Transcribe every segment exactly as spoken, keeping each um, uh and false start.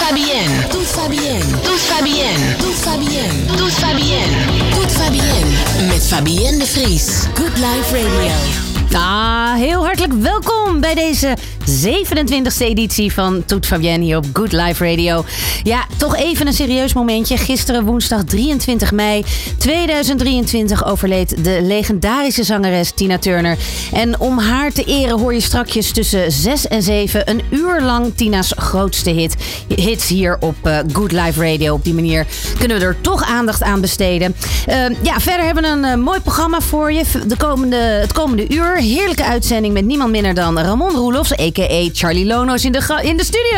va bien. Tout va bien. Tout va bien. Tout va bien. Tout va bien. Tout va bien. Met Fabienne de Vries. Good Life Radio. Ah, heel hartelijk welkom bij deze zevenentwintigste editie van Toet Fabienne hier op Good Life Radio. Ja, toch even een serieus momentje. Gisteren woensdag drieëntwintig mei tweeduizend drieëntwintig overleed de legendarische zangeres Tina Turner. En om haar te eren hoor je strakjes tussen zes en zeven een uur lang Tina's grootste hit. hits hier op uh, Good Life Radio. Op die manier kunnen we er toch aandacht aan besteden. Uh, ja, verder hebben we een uh, mooi programma voor je. De komende, het komende uur. Heerlijke uitzending met niemand minder dan Ramon Roelofs, a k a. Charlie Lonos in de, ga- in de studio.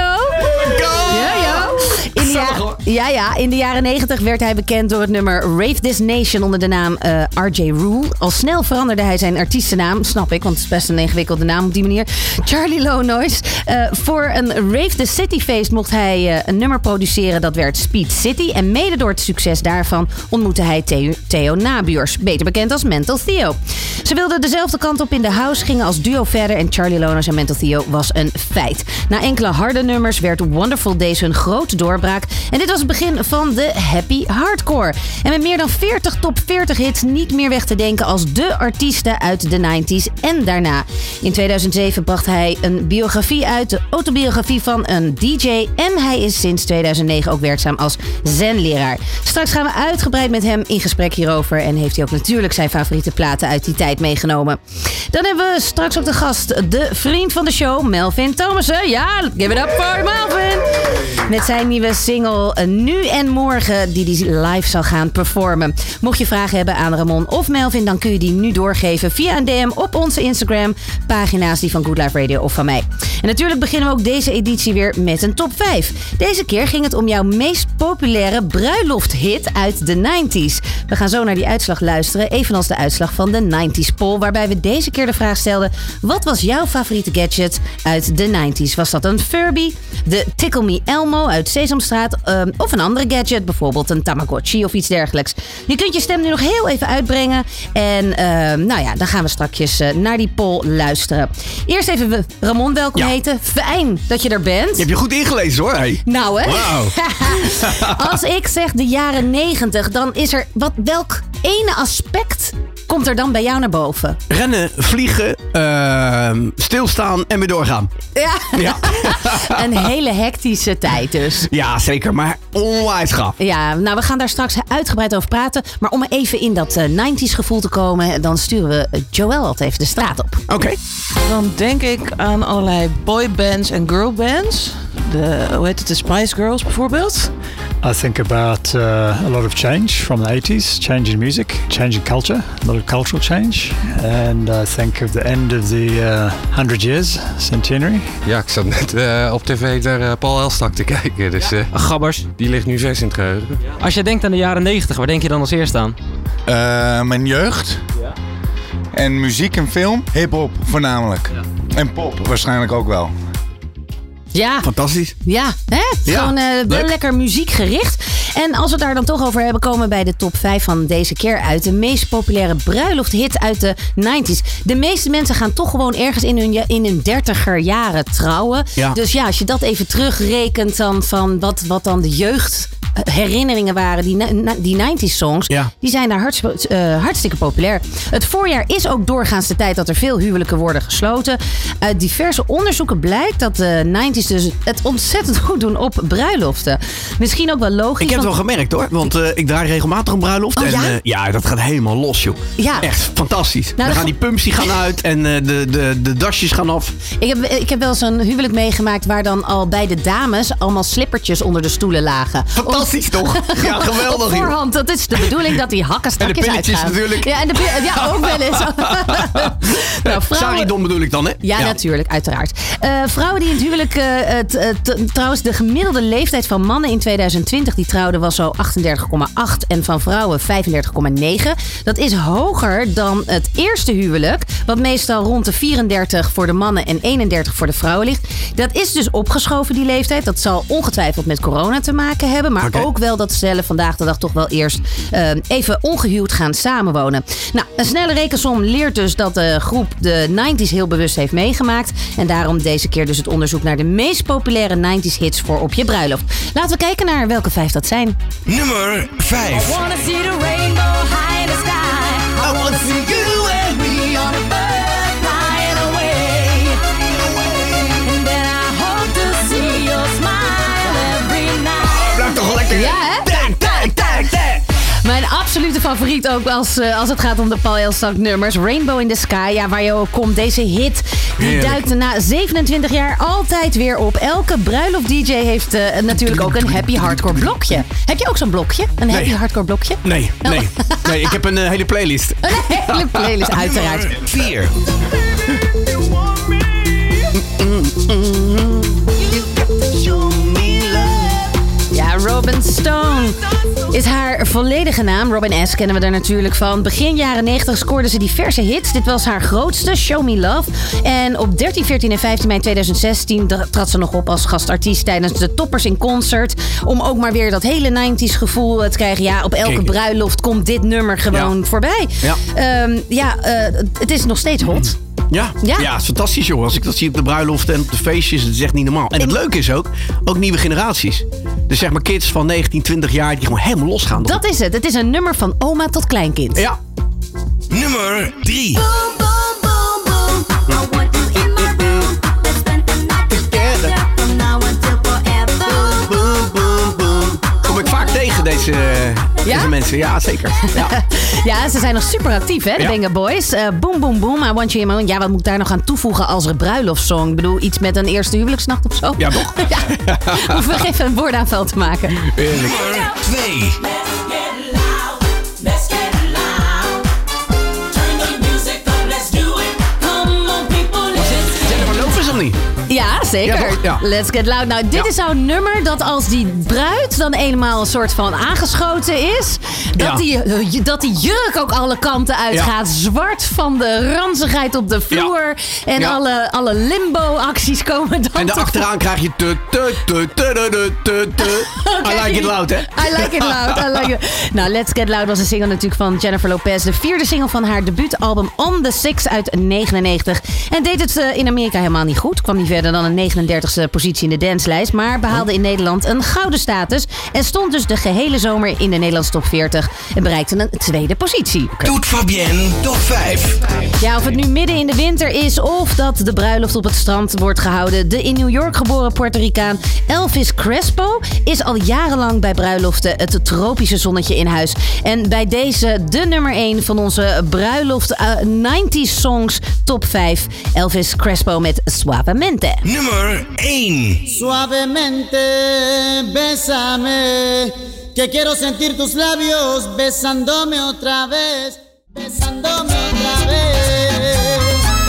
Ja, ja. In de, ja, ja, ja. In de jaren negentig werd hij bekend door het nummer Rave This Nation onder de naam uh, R J Rule. Al snel veranderde hij zijn artiestennaam, snap ik, want het is best een ingewikkelde naam op die manier. Charlie Lonos. Uh, voor een Rave the City feest mocht hij uh, een nummer produceren dat werd Speed City. En mede door het succes daarvan ontmoette hij Theo, Theo Nabuurs, beter bekend als Mental Theo. Ze wilden dezelfde kant op in de house, gingen als duo verder en Charlie Lonos en Mental Theo was een feit. Na enkele harde nummers werd Wonderful Days hun grote doorbraak. En dit was het begin van de happy hardcore. En met meer dan veertig top veertig hits niet meer weg te denken als de artiesten uit de negentig en daarna. In tweeduizend zeven bracht hij een biografie uit, de autobiografie van een D J. En hij is sinds tweeduizend negen ook werkzaam als zenleraar. Straks gaan we uitgebreid met hem in gesprek hierover. En heeft hij ook natuurlijk zijn favoriete platen uit die tijd meegenomen. Dan hebben we straks ook de gast, de vriend van de show, Melvin Thomassen. Ja, give it up for Melvin. Met zijn nieuwe single Nu en Morgen, die hij live zal gaan performen. Mocht je vragen hebben aan Ramon of Melvin, dan kun je die nu doorgeven via een D M op onze Instagram pagina's, die van Good Life Radio of van mij. En natuurlijk beginnen we ook deze editie weer met een top vijf. Deze keer ging het om jouw meest populaire bruilofthit uit de negentig. We gaan zo naar die uitslag luisteren, evenals de uitslag van de negentig poll, waarbij we deze keer de vraag stelden: wat was jouw favoriete gadget uit de negentig? Was dat een Furby, de Tickle Me Elmo uit Sesamstraat uh, of een andere gadget, bijvoorbeeld een Tamagotchi of iets dergelijks? Je kunt je stem nu nog heel even uitbrengen en uh, nou ja, dan gaan we straks uh, naar die poll luisteren. Eerst even Ramon welkom ja. heten. Fijn dat je er bent. Je hebt je goed ingelezen hoor. Hey. Nou hè. Wow. Als ik zeg de jaren negentig, dan is er wat, welk ene aspect komt er dan bij jou naar boven? Rennen, vliegen, uh, stilstaan en weer doorgaan. Ja. ja. Een hele hectische tijd dus. Ja, zeker. Maar onwijs gaaf. Ja, nou we gaan daar straks uitgebreid over praten. Maar om even in dat uh, negentig gevoel te komen, dan sturen we Joël altijd even de straat op. Oké. Okay. Dan denk ik aan allerlei boybands en girlbands. De, hoe heet het, de Spice Girls bijvoorbeeld. I think about uh, a lot of change from the eighties, change in music, change in culture, a lot of cultural change. And I think of the end of the uh, hundred years centenary. Ja, ik zat net uh, op tv naar uh, Paul Elstak te kijken. Dus uh, Gabbers, die ligt nu vers in het geheugen. Als je denkt aan de jaren negentig, waar denk je dan als eerste aan? Uh, mijn jeugd. Ja. En muziek en film. Hip-hop voornamelijk. Ja. En pop waarschijnlijk ook wel. Ja. Fantastisch. Ja, hè? Ja, gewoon uh, wel lekker muziekgericht. En als we het daar dan toch over hebben, komen we bij de top vijf van deze keer uit. De meest populaire bruilofthit uit de negentig. De meeste mensen gaan toch gewoon ergens in hun, in hun dertiger jaren trouwen. Ja. Dus ja, als je dat even terugrekent dan van wat, wat dan de jeugd herinneringen waren, die, die negentig songs, ja. die zijn daar hartst, uh, hartstikke populair. Het voorjaar is ook doorgaans de tijd dat er veel huwelijken worden gesloten. Uit diverse onderzoeken blijkt dat de negentig dus het ontzettend goed doen op bruiloften. Misschien ook wel logisch. Ik heb het want... wel gemerkt hoor, want uh, ik draai regelmatig een bruiloft. Oh, en ja? Uh, ja, dat gaat helemaal los joh. Ja. Echt fantastisch. Nou, dan, dan gaan die pumps die gaan uit en uh, de, de, de dasjes gaan af. Ik heb, ik heb wel eens een huwelijk meegemaakt waar dan al bij de dames allemaal slippertjes onder de stoelen lagen. Fantastisch toch? Ja, geweldig. Op voorhand, dat is de bedoeling dat die hakken strakjes uitgaan. En de pilletjes natuurlijk. Ja, en de, ja, ook wel eens. Nou, vrouwen... Saridon bedoel ik dan, hè? Ja, ja. natuurlijk, uiteraard. Uh, vrouwen die in het huwelijk... Uh, t, t, trouwens, de gemiddelde leeftijd van mannen in tweeduizend twintig die trouwden was zo achtendertig komma acht en van vrouwen vijfendertig komma negen. Dat is hoger dan het eerste huwelijk, wat meestal rond de vierendertig voor de mannen en eenendertig voor de vrouwen ligt. Dat is dus opgeschoven, die leeftijd. Dat zal ongetwijfeld met corona te maken hebben, maar maar ook wel dat stellen vandaag de dag toch wel eerst uh, even ongehuwd gaan samenwonen. Nou, een snelle rekensom leert dus dat de groep de negentig heel bewust heeft meegemaakt. En daarom deze keer dus het onderzoek naar de meest populaire negentig hits voor op je bruiloft. Laten we kijken naar welke vijf dat zijn. Nummer vijf. I wanna see the rainbow high in the sky. I wanna see you and me on a bird flying away. And then I hope to see your smile every night. Blijft toch wel lekker. Ja, hè? Dang, dang, dang, dang. Mijn absolute favoriet ook als, uh, als het gaat om de Paul Elstak nummers. Rainbow in the Sky, ja, waar je ook komt. Deze hit die Heerlijk. duikt na zevenentwintig jaar altijd weer op. Elke bruiloft-D J heeft uh, natuurlijk ook een happy hardcore blokje. Heb je ook zo'n blokje? Een happy Nee. hardcore blokje? Nee, nee. Nee, ik heb een uh, hele playlist. Een hele playlist, uiteraard. vier. Ja, Robin Stone is haar volledige naam. Robin S. kennen we daar natuurlijk van. Begin jaren negentig scoorde ze diverse hits. Dit was haar grootste, Show Me Love. En op dertien, veertien en vijftien mei tweeduizend zestien trad ze nog op als gastartiest tijdens de Toppers in Concert. Om ook maar weer dat hele negentig gevoel te krijgen. Ja, op elke Kijk. bruiloft komt dit nummer gewoon Ja. voorbij. Ja. Um, ja, uh, het is nog steeds hot. Ja, Ja. ja. het is fantastisch, joh. Als ik dat zie op de bruiloft en op de feestjes, het is echt niet normaal. En het leuke is ook, ook nieuwe generaties. Dus zeg maar kids van negentien, twintig jaar die gewoon helemaal losgaan. Dat is het. Het is een nummer van oma tot kleinkind. Ja. Nummer drie. Kom ik vaak tegen, deze, Ja? deze mensen. Ja, zeker. Ja. Ja, ze zijn nog super actief, hè, de Ja. Banger Boys. Uh, boom, boom, boom, I want you in my own. Ja, wat moet ik daar nog aan toevoegen als een bruiloftssong? Ik bedoel, iets met een eerste huwelijksnacht of zo? Ja, toch? Ja, hoeven we even een woordaanval te maken. Heerlijk. Nummer twee. Jennifer Lopez of niet? Ja, zeker. Ja, toch? Ja. Let's get loud. Nou, dit Ja. is zo'n nummer dat als die bruid dan eenmaal een soort van aangeschoten is, dat, Ja. die, uh, dat die jurk ook alle kanten uitgaat. Zwart van de ranzigheid op de vloer. En Ja. alle, alle limbo-acties komen dan En toch- daarachteraan krijg je... Te, te, te, te, te, te, te. I like it loud, hè? I like it loud. I like it. Nou, Let's Get Loud was een single natuurlijk van Jennifer Lopez. De vierde single van haar debuutalbum On The Six uit negenennegentig. En deed het uh, in Amerika helemaal niet goed. Kwam niet verder dan een negenendertigste positie in de danslijst. Maar behaalde in Nederland een gouden status. En stond dus de gehele zomer in de Nederlandse top veertig. En bereikte een tweede positie. Doet Fabienne top vijf. Ja, of het nu midden in de winter is of dat de bruiloft op het strand wordt gehouden. De in New York geboren Puerto Ricaan Elvis Crespo is al jarenlang bij bruiloften het tropische zonnetje in huis. En bij deze de nummer één van onze bruiloft uh, negentig songs top vijf. Elvis Crespo met Suavemente. Nummer één. Suavemente, bésame, que quiero sentir tus labios besándome otra vez, besándome otra vez.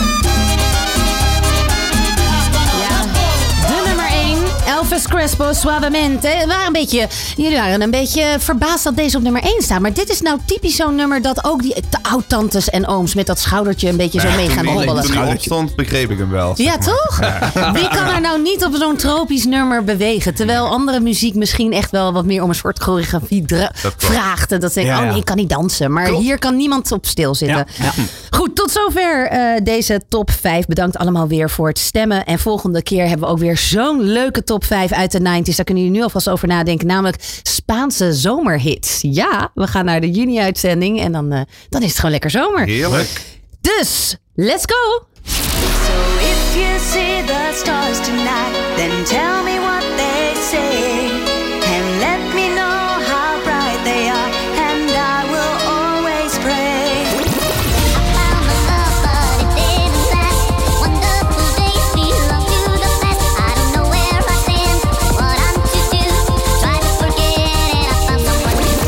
Ja, de nummer één, Elvis Crespo, Suavemente. We waren een beetje, jullie waren een beetje verbaasd dat deze op nummer één staat. Maar dit is nou typisch zo'n nummer dat ook die de oud-tantes en ooms met dat schoudertje een beetje zo mee gaan hobbelen. Toen hij opstond, begreep ik hem wel. Ja, toch? Wie kan er nou niet op zo'n tropisch nummer bewegen? Terwijl andere muziek misschien echt wel wat meer om een soort choreografie dra- vraagt. En dat denk ik, Ja, ja. oh nee, ik kan niet dansen. Maar Klopt. hier kan niemand op stilzitten. Ja, ja. Goed, tot zover eh, deze top vijf. Bedankt allemaal weer voor het stemmen. En volgende keer hebben we ook weer zo'n leuke top vijf uit de negentig. Daar kunnen jullie nu alvast over nadenken. Namelijk Spaanse zomerhits. Ja, we gaan naar de juni-uitzending. En dan, uh, dan is het gewoon lekker zomer. Heerlijk. Dus, let's go! So if you see the stars tonight, then tell me what they say. And let me know how bright they are, and I will always pray. I found myself, but it didn't last. Wonderful days belong to the past. I don't know where I've been, what I'm to do. Try to forget it, I found someone new.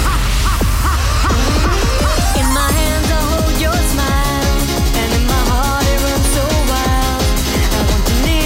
In my hands I hold your smile, and in my heart it runs so wild. I want to live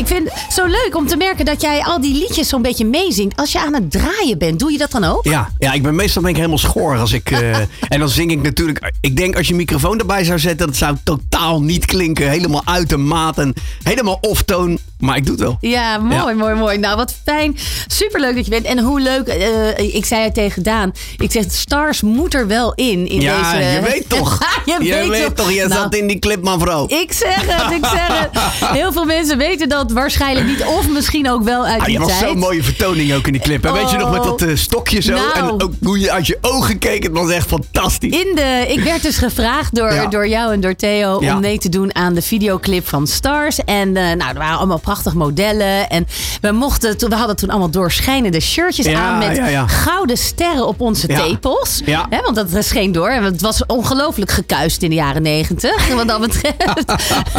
ik vind het zo leuk om te merken dat jij al die liedjes zo'n beetje meezingt. Als je aan het draaien bent, doe je dat dan ook? Ja, ja ik ben meestal ben ik helemaal schoor als ik... Uh, en dan zing ik natuurlijk... Ik denk als je een microfoon erbij zou zetten, dat zou totaal niet klinken. Helemaal uit de maat en helemaal off-toon. Maar ik doe het wel. Ja, mooi, ja. mooi, mooi. Nou, wat fijn. Superleuk dat je bent. En hoe leuk, uh, ik zei het tegen Daan. Ik zeg, Stars moet er wel in. in ja, deze... je weet toch. je, je weet, weet toch. Je nou, zat in die clip, man, vrouw. Ik zeg het, ik zeg het. Heel veel mensen weten dat waarschijnlijk niet. Of misschien ook wel uit ah, die je tijd. was zo'n mooie vertoning ook in die clip. En oh, weet je nog met dat uh, stokje zo? Nou, en ook hoe je uit je ogen keek. Het was echt fantastisch. In de, ik werd dus gevraagd door, ja. door jou en door Theo ja. om mee te doen aan de videoclip van Stars. En uh, nou, er waren allemaal prachtige modellen. En we mochten, we hadden toen allemaal doorschijnende shirtjes ja, aan met ja, ja. gouden sterren op onze ja. tepels. Ja. Hè, want dat scheen door. En het was ongelooflijk gekuist in de jaren negentig, wat dat betreft.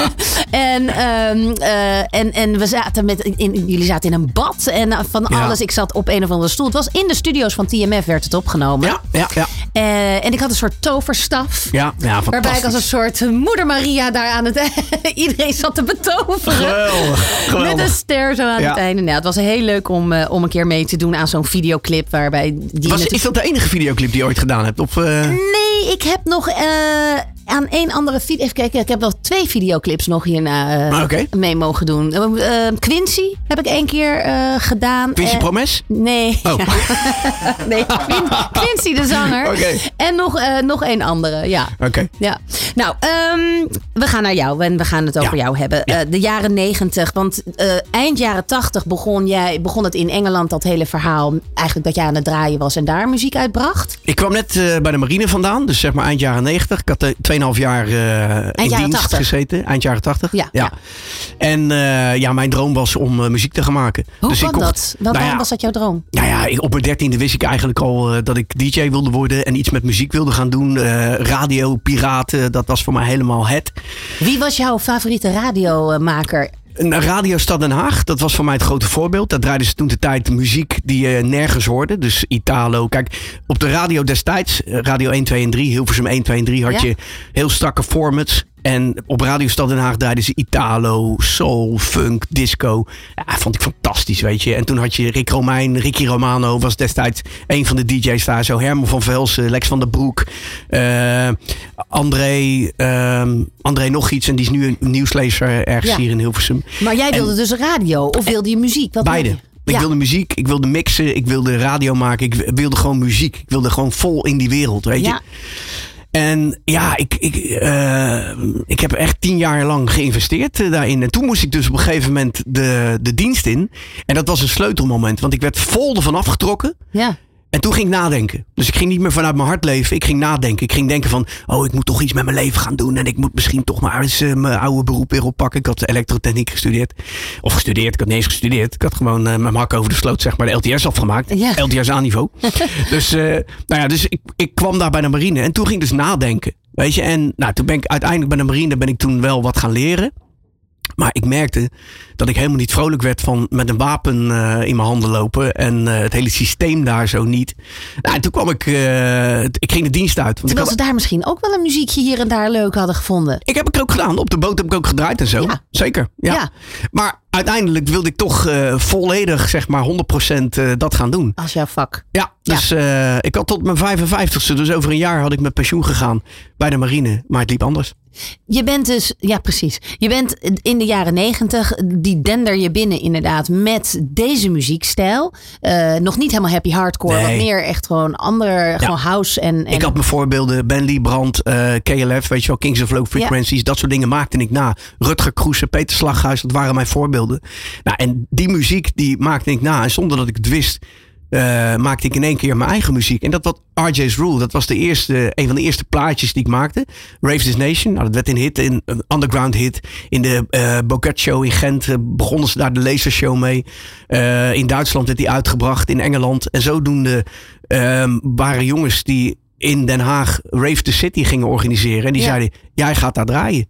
en, um, uh, en, en we zaten met, in, jullie zaten in een bad en van ja. alles. Ik zat op een of andere stoel. Het was in de studio's van T M F werd het opgenomen. Ja, ja, ja. Uh, en ik had een soort toverstaf. Ja, ja, waarbij ik als een soort moeder Maria daar aan het... iedereen zat te betoveren. Geweldig, geweldig. Met een ster zo aan ja. het einde. Nou, het was heel leuk om, uh, om een keer mee te doen aan zo'n videoclip. Waarbij die was, natuurlijk... Is dat de enige videoclip die je ooit gedaan hebt? Of, uh... Nee, ik heb nog... Uh, aan één andere video... Even kijken, ik heb nog twee videoclips nog hierna uh, okay. mee mogen doen. Uh, uh, Quincy heb ik één keer uh, gedaan. Quincy uh, Promes? Nee. Oh. nee, Quin, Quincy de zanger. Okay. En nog, uh, nog één andere, ja. Oké. Okay. Ja. Nou, um, we gaan naar jou en we gaan het over ja. jou hebben. Ja. Uh, de jaren negentig, want uh, eind jaren tachtig begon, jij, begon het in Engeland, dat hele verhaal. Eigenlijk dat jij aan het draaien was en daar muziek uitbracht. Ik kwam net uh, bij de marine vandaan, dus zeg maar eind jaren negentig. Ik had uh, tweeënhalf jaar uh, in dienst tachtig. gezeten. Eind jaren tachtig. Ja. ja. En uh, ja, mijn droom was om uh, muziek te gaan maken. Hoe dus kwam ik kocht, dat? Waarom nou ja, was dat jouw droom? Nou ja, ik, op mijn dertiende wist ik eigenlijk al uh, dat ik D J wilde worden en iets met muziek wilde gaan doen. Uh, radio, piraten, dat was voor mij helemaal het. Wie was jouw favoriete radiomaker? Radio Stad Den Haag, dat was voor mij het grote voorbeeld. Daar draaiden ze toen de tijd muziek die je nergens hoorde. Dus Italo. Kijk, op de radio destijds, Radio één, twee en drie, Hilversum één, twee en drie, had ja. je heel strakke formats. En op Radio Stad Den Haag draaiden ze Italo, soul, funk, disco. Ja, vond ik fantastisch, weet je. En toen had je Rick Romein, Ricky Romano was destijds een van de D J's daar. Zo Herman van Velsen, Lex van der Broek, uh, André, uh, André nog iets. En die is nu een nieuwslezer ergens ja. hier in Hilversum. Maar jij wilde en, dus radio of wilde je muziek? Wat beide. Ik ja. wilde muziek, ik wilde mixen, ik wilde radio maken. Ik wilde gewoon muziek. Ik wilde gewoon vol in die wereld, weet je. Ja. En ja, ik, ik, uh, ik heb echt tien jaar lang geïnvesteerd uh, daarin. En toen moest ik dus op een gegeven moment de, de dienst in. En dat was een sleutelmoment. Want ik werd vol ervan afgetrokken. Ja. En toen ging ik nadenken. Dus ik ging niet meer vanuit mijn hart leven. Ik ging nadenken. Ik ging denken van, oh, ik moet toch iets met mijn leven gaan doen. En ik moet misschien toch maar eens uh, mijn oude beroep weer oppakken. Ik had elektrotechniek gestudeerd. Of gestudeerd, ik had niet eens gestudeerd. Ik had gewoon uh, met mijn hak over de sloot, zeg maar, de L T S afgemaakt. Ja. L T S A-niveau. dus, uh, nou ja, dus ik, ik kwam daar bij de marine. En toen ging ik dus nadenken. Weet je, en nou, toen ben ik uiteindelijk bij de marine ben ik toen wel wat gaan leren. Maar ik merkte dat ik helemaal niet vrolijk werd van met een wapen uh, in mijn handen lopen. En uh, het hele systeem daar zo niet. Nou, en toen kwam ik, uh, ik ging de dienst uit. Want Terwijl ik had, ze daar misschien ook wel een muziekje hier en daar leuk hadden gevonden. Ik heb het ook gedaan. Op de boot heb ik ook gedraaid en zo. Ja. Zeker. Ja. ja. Maar uiteindelijk wilde ik toch uh, volledig, zeg maar honderd procent uh, dat gaan doen. Als jouw vak. Ja, dus ja. Uh, ik had tot mijn vijfenvijftigste, dus over een jaar had ik met pensioen gegaan bij de marine. Maar het liep anders. Je bent dus, ja precies. Je bent in de jaren negentig, die dender je binnen inderdaad met deze muziekstijl. Uh, nog niet helemaal happy hardcore, nee. Wat meer echt gewoon ander, ja. gewoon house en, en... Ik had mijn voorbeelden, Ben Lee Brandt, uh, K L F, weet je wel, Kings of Low Frequencies. Ja. Dat soort dingen maakte ik na. Rutger Kroesen, Peter Slaghuis, dat waren mijn voorbeelden. Nou, en die muziek, die maakte ik na. En zonder dat ik het wist, Uh, maakte ik in één keer mijn eigen muziek. En dat was R J's Rule. Dat was de eerste, een van de eerste plaatjes die ik maakte. Rave This Nation. Nou, dat werd een hit, een underground hit. In de uh, Boquet Show in Gent uh, begonnen ze daar de lasershow mee. Uh, in Duitsland werd die uitgebracht. In Engeland. En zodoende uh, waren jongens die in Den Haag Rave the City gingen organiseren. En die ja. zeiden, jij gaat daar draaien. Ja.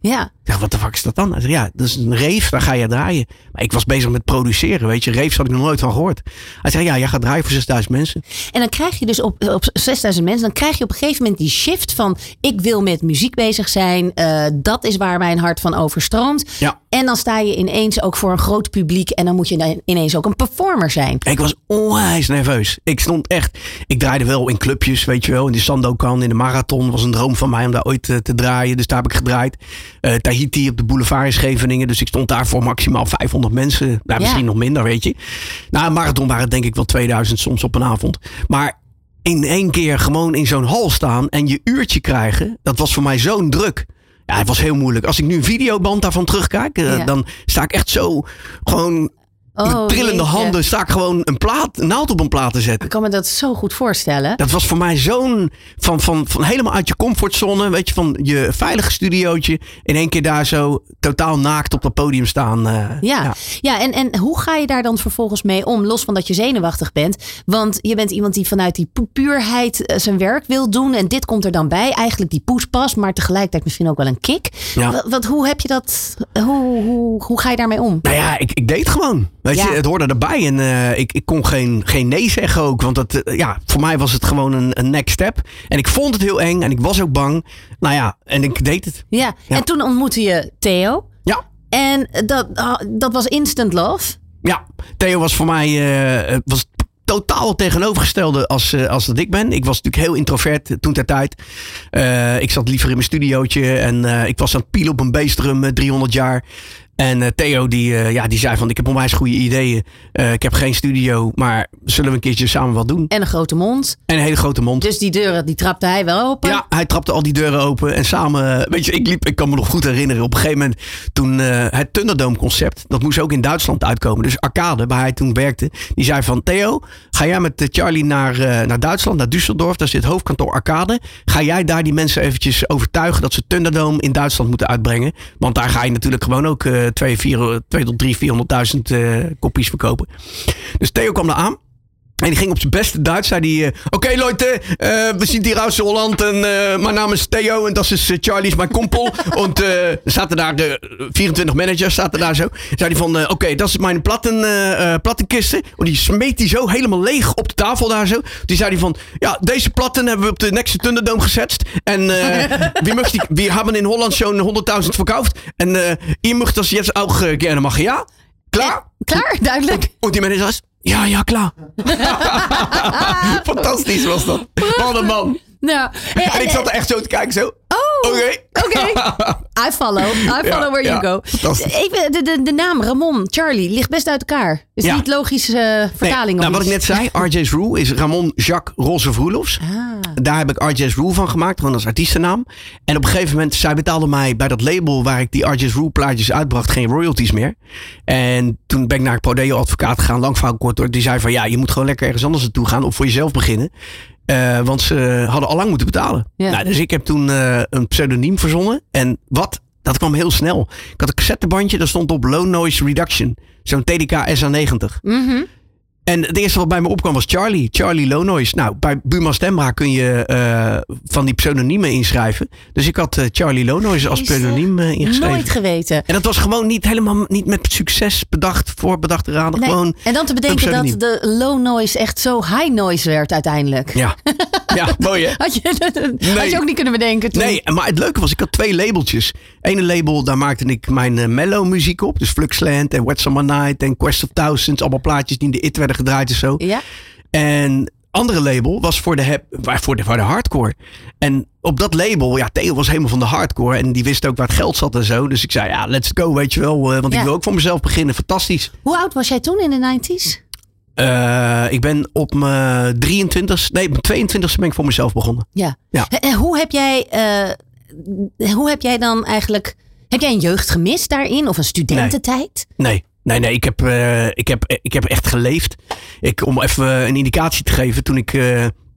Ik dacht, wat de fuck is dat dan? Hij zei, ja, dat is een rave, daar ga je draaien. Maar ik was bezig met produceren, weet je. Raves had ik nog nooit van gehoord. Hij zei, ja, jij gaat draaien voor zesduizend mensen. En dan krijg je dus op, op zesduizend mensen, dan krijg je op een gegeven moment die shift van, ik wil met muziek bezig zijn. Uh, dat is waar mijn hart van overstroomt. Ja. En dan sta je ineens ook voor een groot publiek en dan moet je dan ineens ook een performer zijn. Ik was onwijs nerveus. Ik stond echt, ik draaide wel in clubjes, weet je wel. In de Sandokan, in de Marathon. Was een droom van mij om daar ooit uh, te draaien. Dus daar heb ik gedraaid. Uh, Tahiti op de boulevard in Scheveningen. Dus ik stond daar voor maximaal vijfhonderd mensen. Nou, Ja. misschien nog minder, weet je. Nou, een marathon waren het denk ik wel tweeduizend soms op een avond. Maar in één keer gewoon in zo'n hal staan en je uurtje krijgen, dat was voor mij zo'n druk. Ja, het was heel moeilijk. Als ik nu een videoband daarvan terugkijk, uh, Ja. dan sta ik echt zo gewoon Oh, met trillende jeetje. handen sta ik gewoon een, plaat, een naald op een plaat te zetten. Ik kan me dat zo goed voorstellen. Dat was voor mij zo'n, van, van, van helemaal uit je comfortzone, weet je, van je veilige studiootje, in één keer daar zo totaal naakt op dat podium staan. Uh, Ja, ja. ja en, en hoe ga je daar dan vervolgens mee om? Los van dat je zenuwachtig bent. Want je bent iemand die vanuit die pu- puurheid uh, zijn werk wil doen. En dit komt er dan bij. Eigenlijk die poespas, maar tegelijkertijd misschien ook wel een kick. Ja. Wat, wat, hoe heb je dat? Hoe, hoe, hoe ga je daarmee om? Nou ja, ik, ik deed gewoon. Weet Ja. je, het hoorde erbij. En uh, ik, ik kon geen, geen nee zeggen ook. Want dat, uh, ja, voor mij was het gewoon een, een next step. En ik vond het heel eng. En ik was ook bang. Nou ja, en ik deed het. Ja, Ja. en toen ontmoette je Theo. Ja. En dat, ah, dat was instant love. Ja, Theo was voor mij uh, was totaal het tegenovergestelde als, uh, als dat ik ben. Ik was natuurlijk heel introvert toen ter tijd. Uh, ik zat liever in mijn studiootje. En uh, ik was aan het pielen op een bassdrum uh, driehonderd jaar. En uh, Theo die, uh, ja, die zei van, ik heb onwijs goede ideeën. Uh, ik heb geen studio, maar zullen we een keertje samen wat doen? En een grote mond. En een hele grote mond. Dus die deuren, die trapte hij wel open. Ja, hij trapte al die deuren open. En samen, weet je, ik liep, ik kan me nog goed herinneren. Op een gegeven moment, toen uh, het Thunderdome concept, dat moest ook in Duitsland uitkomen. Dus Arcade, waar hij toen werkte, die zei van, Theo, ga jij met uh, Charlie naar, uh, naar Duitsland, naar Düsseldorf. Daar zit hoofdkantoor Arcade. Ga jij daar die mensen eventjes overtuigen dat ze Thunderdome in Duitsland moeten uitbrengen. Want daar ga je natuurlijk gewoon ook uh, twee, vier, twee tot drie, vierhonderdduizend uh, kopies verkopen. Dus Theo kwam daar aan. En die ging op zijn beste Duits. Zei hij, uh, oké okay, Leute, uh, we zijn hier uit Holland. En uh, mijn naam is Theo en dat is uh, Charlie, is mijn kompel. En uh, er zaten daar de vierentwintig managers, zaten daar zo. Zei hij van, uh, oké, okay, dat is mijn platten, uh, plattenkisten. En die smeet hij zo helemaal leeg op de tafel daar zo. Die zei hij van, ja, deze platten hebben we op de Next Thunderdome gezet. En uh, wie möchte, we hebben in Holland zo'n honderdduizend verkocht. En uh, je mag dat jetzt ook uh, gerne machen, ja? Klaar? En, klaar, duidelijk. En die managers, ja, ja, klaar. Fantastisch was dat. Wat een man. Nou, en, En ik zat er echt zo te kijken, zo. Oh, oké. Okay. I follow. I follow Ja, where ja, you go. fantastisch. Even, de, de, de naam Ramon, Charlie, ligt best uit elkaar. Is Ja. niet logische uh, vertaling. Nee, of nou, wat ik iets? net zei, R J's Rule is Ramon Jacques Roze Vroelofs. Ah. Daar heb ik R J's Rule van gemaakt, gewoon als artiestennaam. En op een gegeven moment, zij betaalde mij bij dat label waar ik die R J's Rule plaatjes uitbracht, geen royalties meer. En toen ben ik naar een Prodeo advocaat gegaan, lang verhaal kort door. Die zei van, ja, je moet gewoon lekker ergens anders naartoe gaan of voor jezelf beginnen. Uh, want ze hadden al lang moeten betalen. Ja. Nou, dus ik heb toen uh, een pseudoniem verzonnen. En wat? Dat kwam heel snel. Ik had een cassettebandje, daar stond op Low Noise Reduction. Zo'n T D K S A negentig. Mm-hmm. En het eerste wat bij me opkwam was Charlie. Charlie Low Noise. Nou, bij Buma Stemra kun je uh, van die pseudoniemen inschrijven. Dus ik had uh, Charlie Low Noise als Is, pseudoniem uh, ingeschreven. Nooit geweten. En dat was gewoon niet helemaal niet met succes bedacht, voorbedachte raden. Nee. Gewoon En dan te een bedenken dat pseudoniem. de low noise echt zo high noise werd uiteindelijk. Ja, ja, mooi hè? Had je, Nee. had je ook niet kunnen bedenken toen. Nee, maar het leuke was, ik had twee labeltjes. Ene label, daar maakte ik mijn uh, mellow muziek op. Dus Fluxland en Wet Summer Night en Quest of Thousands. Allemaal plaatjes die in de I T werden gedraaid en zo. Ja. En andere label was voor de, hap, voor, de, voor de hardcore. En op dat label, ja, Theo was helemaal van de hardcore. En die wist ook waar het geld zat en zo. Dus ik zei, ja, let's go, weet je wel. Uh, want Ja. ik wil ook voor mezelf beginnen. Fantastisch. Hoe oud was jij toen in de negentig? Uh, ik ben op mijn drieëntwintigste, nee, mijn tweeëntwintigste ben ik voor mezelf begonnen. Ja. Ja. En hoe heb jij, uh, hoe heb jij dan eigenlijk, heb jij een jeugd gemist daarin? Of een studententijd? Nee. Nee, nee, ik heb, uh, ik heb, ik heb echt geleefd. Ik, om even een indicatie te geven, toen ik uh,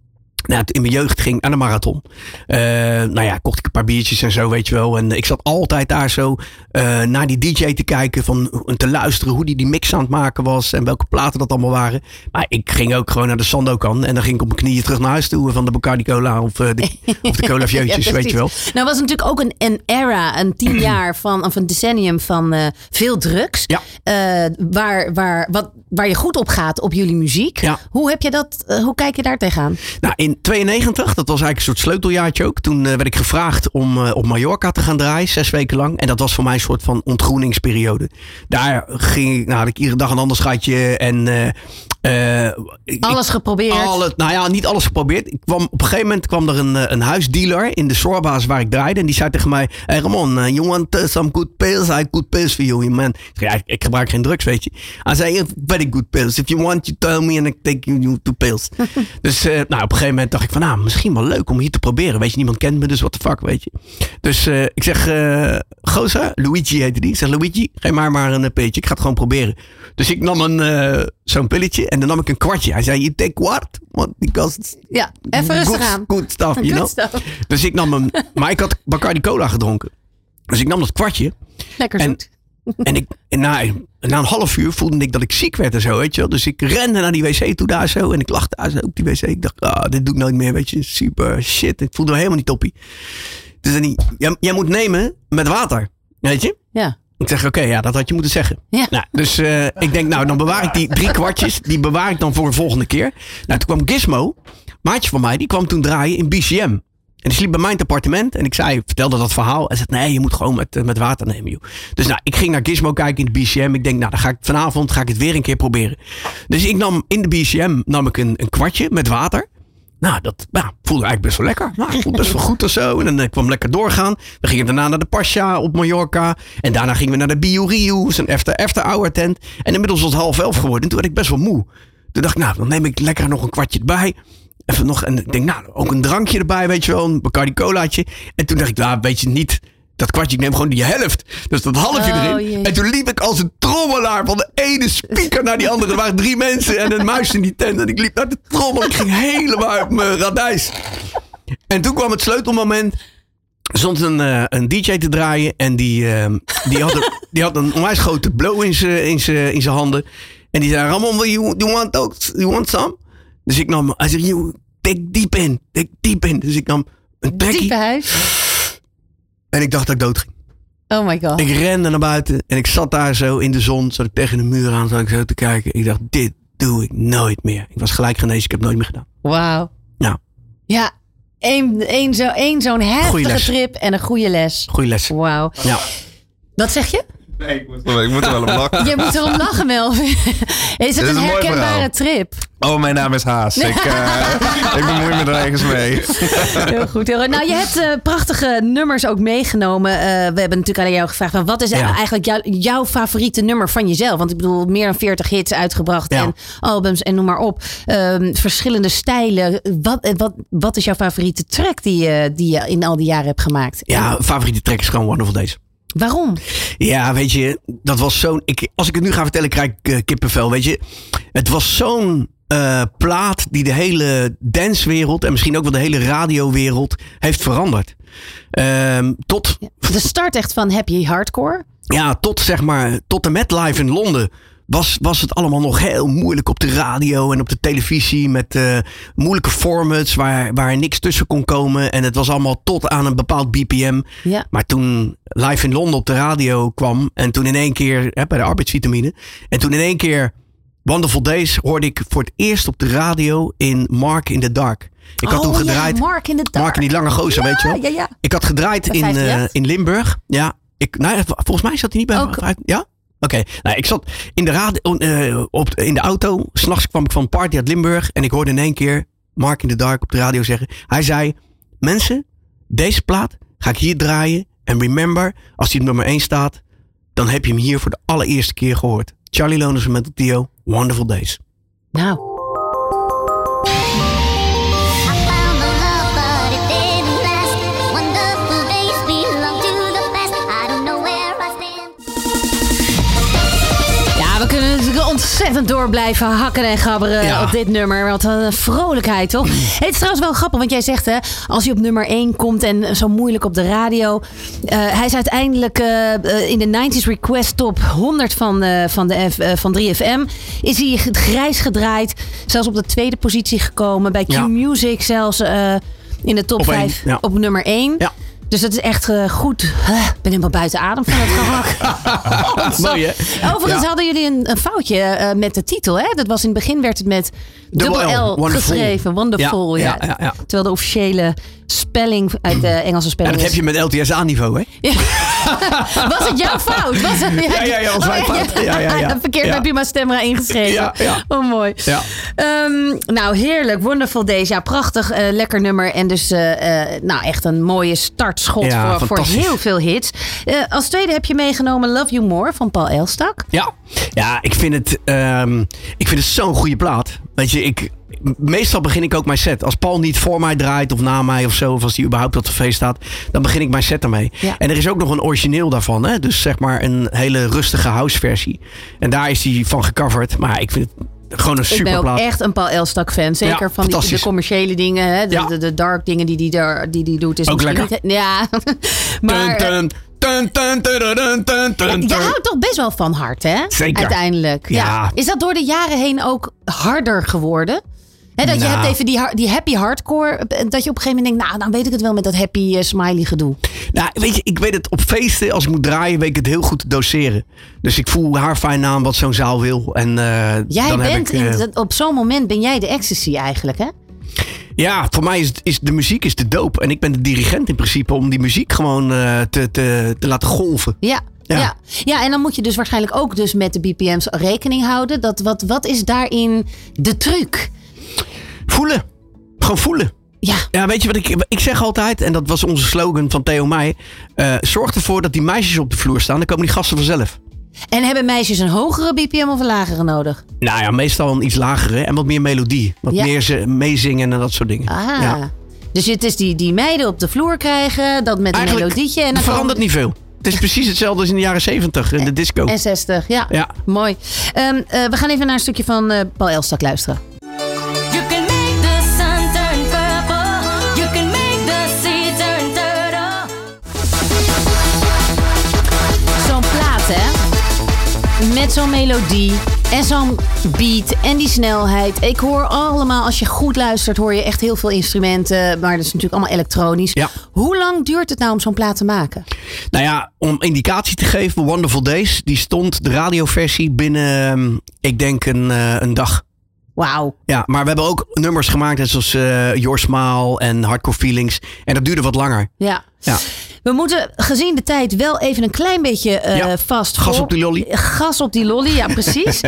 Nou, in mijn jeugd ging ik aan de marathon. Uh, nou ja, kocht ik een paar biertjes en zo, weet je wel. En ik zat altijd daar zo uh, naar die D J te kijken. Van, en te luisteren hoe die die mix aan het maken was. En welke platen dat allemaal waren. Maar ik ging ook gewoon naar de Sandokan. En dan ging ik op mijn knieën terug naar huis toe. Van de Bacardi Cola of, uh, de, of de Cola Vieutjes, ja, weet je wel. Nou was natuurlijk ook een, een era, een tien jaar van, of een decennium van uh, veel drugs. Ja. Uh, waar, waar, wat, waar je goed op gaat op jullie muziek. Ja. Hoe heb je dat, uh, hoe kijk je daar tegenaan? Nou, in tweeënnegentig, dat was eigenlijk een soort sleuteljaartje ook. Toen uh, werd ik gevraagd om uh, op Mallorca te gaan draaien, zes weken lang. En dat was voor mij een soort van ontgroeningsperiode. Daar ging ik, nou had ik iedere dag een ander schatje. En uh, uh, alles ik, geprobeerd? Alle, nou ja, niet alles geprobeerd. Ik kwam, op een gegeven moment kwam er een, een huisdealer in de Sorbas waar ik draaide. En die zei tegen mij, hey Ramon, uh, you want uh, some good pills? I have good pills for you, man. Ik zei, ja, ik gebruik geen drugs, weet je. Hij zei, very good pills. If you want, you tell me and I take you to pills. Dus uh, nou, op een gegeven moment dacht ik van, nou, misschien wel leuk om hier te proberen. Weet je, niemand kent me, dus what the fuck, weet je. Dus uh, ik zeg, uh, gozer, Luigi heette die. Ik zeg, Luigi, geef maar maar een pilletje. Ik ga het gewoon proberen. Dus ik nam een, uh, zo'n pilletje en dan nam ik een kwartje. Hij zei, you take what? What? Because ja, even rustig aan. Good stuff, you know. Stuff. Dus ik nam hem, maar ik had Bacardi Cola gedronken. Dus ik nam dat kwartje. Lekker zoet. En, en, ik, en na, na een half uur voelde ik dat ik ziek werd en zo, weet je wel. Dus ik rende naar die wc toe daar zo. En ik lag daar zo op die wc. Ik dacht, ah, dit doe ik nooit meer, weet je. Super shit. Ik voelde me helemaal niet toppie. Dus dan niet, jij, jij moet nemen met water, weet je. Ja. Ik zeg, oké, okay, ja, dat had je moeten zeggen. Ja. Nou, dus uh, ik denk, nou, dan bewaar ik die drie kwartjes. Die bewaar ik dan voor een volgende keer. Nou, toen kwam Gizmo, maatje van mij, die kwam toen draaien in B C M. En die sliep bij mijn appartement. En ik zei, vertelde dat verhaal. En zei, nee, je moet gewoon met, met water nemen, joh. Dus nou, ik ging naar Gizmo kijken in de B C M. Ik denk, nou, dan ga ik vanavond ga ik het weer een keer proberen. Dus ik nam in de B C M nam ik een, een kwartje met water. Nou, dat ja, voelde eigenlijk best wel lekker. Nou, voelde best wel goed of zo. En dan uh, kwam lekker doorgaan. Dan gingen we daarna naar de Pasha op Mallorca. En daarna gingen we naar de Bio Rio. Zo'n after, after hour tent. En inmiddels was het half elf geworden. En toen werd ik best wel moe. Toen dacht ik, nou, dan neem ik lekker nog een kwartje erbij. Even nog, en ik denk, nou, ook een drankje erbij, weet je wel. Een Bacardi Colaatje. En toen dacht ik, nou, weet je niet... Dat kwartje, ik neem gewoon die helft. Dus dat halfje oh, erin. Jee. En toen liep ik als een trommelaar van de ene speaker naar die andere. Er waren drie mensen en een muis in die tent. En ik liep naar de trommel. Ik ging helemaal uit mijn radijs. En toen kwam het sleutelmoment. Er stond een, uh, een D J te draaien. En die, uh, die, had, een, die had een onwijs grote blow in zijn in zijn, in zijn handen. En die zei, Ramon, you, you, want, ook, you want some? Dus ik nam, hij zei, you take deep in. Take deep in. Dus ik nam een trekkie. Diepe huis. En ik dacht dat ik dood ging. Oh my god. Ik rende naar buiten en ik zat daar zo in de zon. Zat ik tegen de muur aan, zat ik zo te kijken. Ik dacht, dit doe ik nooit meer. Ik was gelijk genezen, ik heb het nooit meer gedaan. Wauw. Ja. Ja, één, één, zo, één zo'n heftige trip en een goede les. Goeie les. Wauw. Ja. Wat zeg je? Nee, ik moet, ik moet er wel om lachen. Je moet erom lachen, Melvin. Is het een, een herkenbare trip? Oh, mijn naam is Haas. Ik, uh, ik bemoei me er ergens mee. Heel goed. Heel goed. Nou, je hebt uh, prachtige nummers ook meegenomen. Uh, we hebben natuurlijk aan jou gevraagd. Wat is ja. eigenlijk jou, jouw favoriete nummer van jezelf? Want ik bedoel, meer dan veertig hits uitgebracht. Ja. En albums en noem maar op. Um, verschillende stijlen. Wat, wat, wat is jouw favoriete track die, uh, die je in al die jaren hebt gemaakt? Ja, favoriete track is gewoon Wonderful Days. Waarom? Ja, weet je, dat was zo'n... Ik, als ik het nu ga vertellen, krijg ik uh, kippenvel, weet je. Het was zo'n uh, plaat die de hele dancewereld... en misschien ook wel de hele radiowereld heeft veranderd. Um, tot... De start echt van happy hardcore? Ja, tot zeg maar, tot en met live in Londen... Was, was het allemaal nog heel moeilijk op de radio en op de televisie. Met uh, moeilijke formats waar, waar niks tussen kon komen. En het was allemaal tot aan een bepaald B P M. Ja. Maar toen live in Londen op de radio kwam. En toen in één keer, hè, bij de arbeidsvitamine. En toen in één keer Wonderful Days hoorde ik voor het eerst op de radio in Mark in the Dark. Ik had oh, toen gedraaid. Ja, Mark in the Dark. Mark in die lange gozer, ja, weet je wel. Ja, ja. Ik had gedraaid in, uh, in Limburg. Ja, ik, nou, volgens mij zat hij niet bij. Ook. Ja? Oké, okay. Nou, ik zat in de, radio, uh, op, in de auto. 's Nachts kwam ik van een party uit Limburg. En ik hoorde in één keer Mark in the Dark op de radio zeggen. Hij zei, mensen, deze plaat ga ik hier draaien. En remember, als die op nummer één staat, dan heb je hem hier voor de allereerste keer gehoord. Charlie Loners en Mental Theo, Wonderful Days. Nou. echt een door blijven hakken en gabberen Ja. op dit nummer. Wat een vrolijkheid, toch? Het is trouwens wel grappig, want jij zegt, hè, als hij op nummer één komt en zo moeilijk op de radio. Uh, hij is uiteindelijk uh, uh, in de nineties Request Top honderd van, uh, van, de F, uh, van drie F M. Is hij grijs gedraaid. Zelfs op de tweede positie gekomen. Bij Q-Music zelfs uh, in de top Op één, vijf ja. op nummer één. Ja. Dus dat is echt uh, goed. Uh, ik ben helemaal buiten adem van het gehak. Mooi, hè? Overigens Ja. hadden jullie een, een foutje uh, met de titel. Hè? Dat was in het begin werd het met dubbel L, L, wonderful. geschreven. Wonderful. Ja, Ja, ja, ja, ja. Terwijl de officiële spelling uit de Engelse Ja, spelling dat heb je met L T S A-niveau, hè? Was het jouw fout? Was het, Ja, ja, ja, was mijn fout. Ja, ja, ja. Verkeerd Ja. heb je maar Stemra ingeschreven. Ja, ja. Oh, mooi. Ja. Um, nou, heerlijk. Wonderful Days. Ja, prachtig. Uh, lekker nummer. En dus uh, uh, nou, echt een mooie startschot Ja, voor, voor fantastisch. heel veel hits. Uh, als tweede heb je meegenomen Love You More van Paul Elstak. Ja, ja ik vind het, um, ik vind het zo'n goede plaat. Weet je, ik, meestal begin ik ook mijn set. Als Paul niet voor mij draait of na mij of zo, of als hij überhaupt op de feest staat, dan begin ik mijn set ermee. Ja. En er is ook nog een origineel daarvan, hè? Dus zeg maar een hele rustige house versie. En daar is hij van gecoverd. Maar ik vind het gewoon een Ik ben superplaat. ook echt een Paul Elstak fan. Zeker Ja, van die, de fantastisch. commerciële dingen. Hè? De, Ja. de, de dark dingen die die, daar, die, die doet. Is Ook misschien lekker. Niet, ja, maar... Dun, dun, dun, dun, dun, dun, dun, dun, Ja, dun. je houdt toch best wel van hard, hè? Zeker. Uiteindelijk. Ja. Ja. Is dat door de jaren heen ook harder geworden? Hè, dat je Nou. hebt even die, har- die happy hardcore. Dat je op een gegeven moment denkt, nou, dan weet ik het wel met dat happy uh, smiley gedoe. Nou, weet je, ik weet het op feesten, als ik moet draaien, weet ik het heel goed te doseren. Dus ik voel haar fijn aan wat zo'n zaal wil. En, uh, Jij dan bent, heb ik, uh, in, dat- op zo'n moment ben jij de ecstasy eigenlijk, hè? Ja, voor mij is, is de muziek is de doop. En ik ben de dirigent in principe om die muziek gewoon uh, te, te, te laten golven. Ja. Ja. Ja. Ja, en dan moet je dus waarschijnlijk ook dus met de B P M's rekening houden. Dat, wat, wat is daarin de truc? Voelen. Gewoon voelen. Ja. Ja, weet je wat ik, ik zeg altijd, en dat was onze slogan van Theo Meij. Uh, zorg ervoor dat die meisjes op de vloer staan, dan komen die gasten vanzelf. En hebben meisjes een hogere B P M of een lagere nodig? Nou ja, meestal een iets lagere en wat meer melodie. Wat Ja. meer ze meezingen en dat soort dingen. Ah. Ja. Dus het is die, die meiden op de vloer krijgen, dat met een Eigenlijk melodietje. En dan verandert niet veel. Het is precies hetzelfde als in de jaren zeventig in de disco. En zestig, ja. Ja. Mooi. Um, uh, we gaan even naar een stukje van uh, Paul Elstak luisteren. You can make the sun turn purple. You can make the sea turn turtle. Zo'n plaat, hè? Met zo'n melodie en zo'n beat en die snelheid. Ik hoor allemaal, als je goed luistert, hoor je echt heel veel instrumenten. Maar dat is natuurlijk allemaal elektronisch. Ja. Hoe lang duurt het nou om zo'n plaat te maken? Nou ja, om indicatie te geven, Wonderful Days, die stond de radioversie binnen, um, ik denk, een, uh, een dag. Wauw. Ja, maar we hebben ook nummers gemaakt, net zoals uh, Your Smile en Hardcore Feelings. En dat duurde wat langer. Ja. Ja. We moeten gezien de tijd wel even een klein beetje uh, Ja, vast. gas voor- op die lolly. Gas op die lolly, ja precies.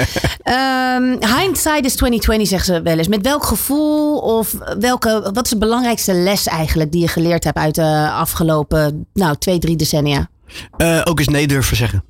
um, hindsight is twintig twintig, zeggen ze wel eens. Met welk gevoel of welke, wat is de belangrijkste les eigenlijk die je geleerd hebt uit de afgelopen nou, twee, drie decennia? Uh, ook eens nee durven zeggen.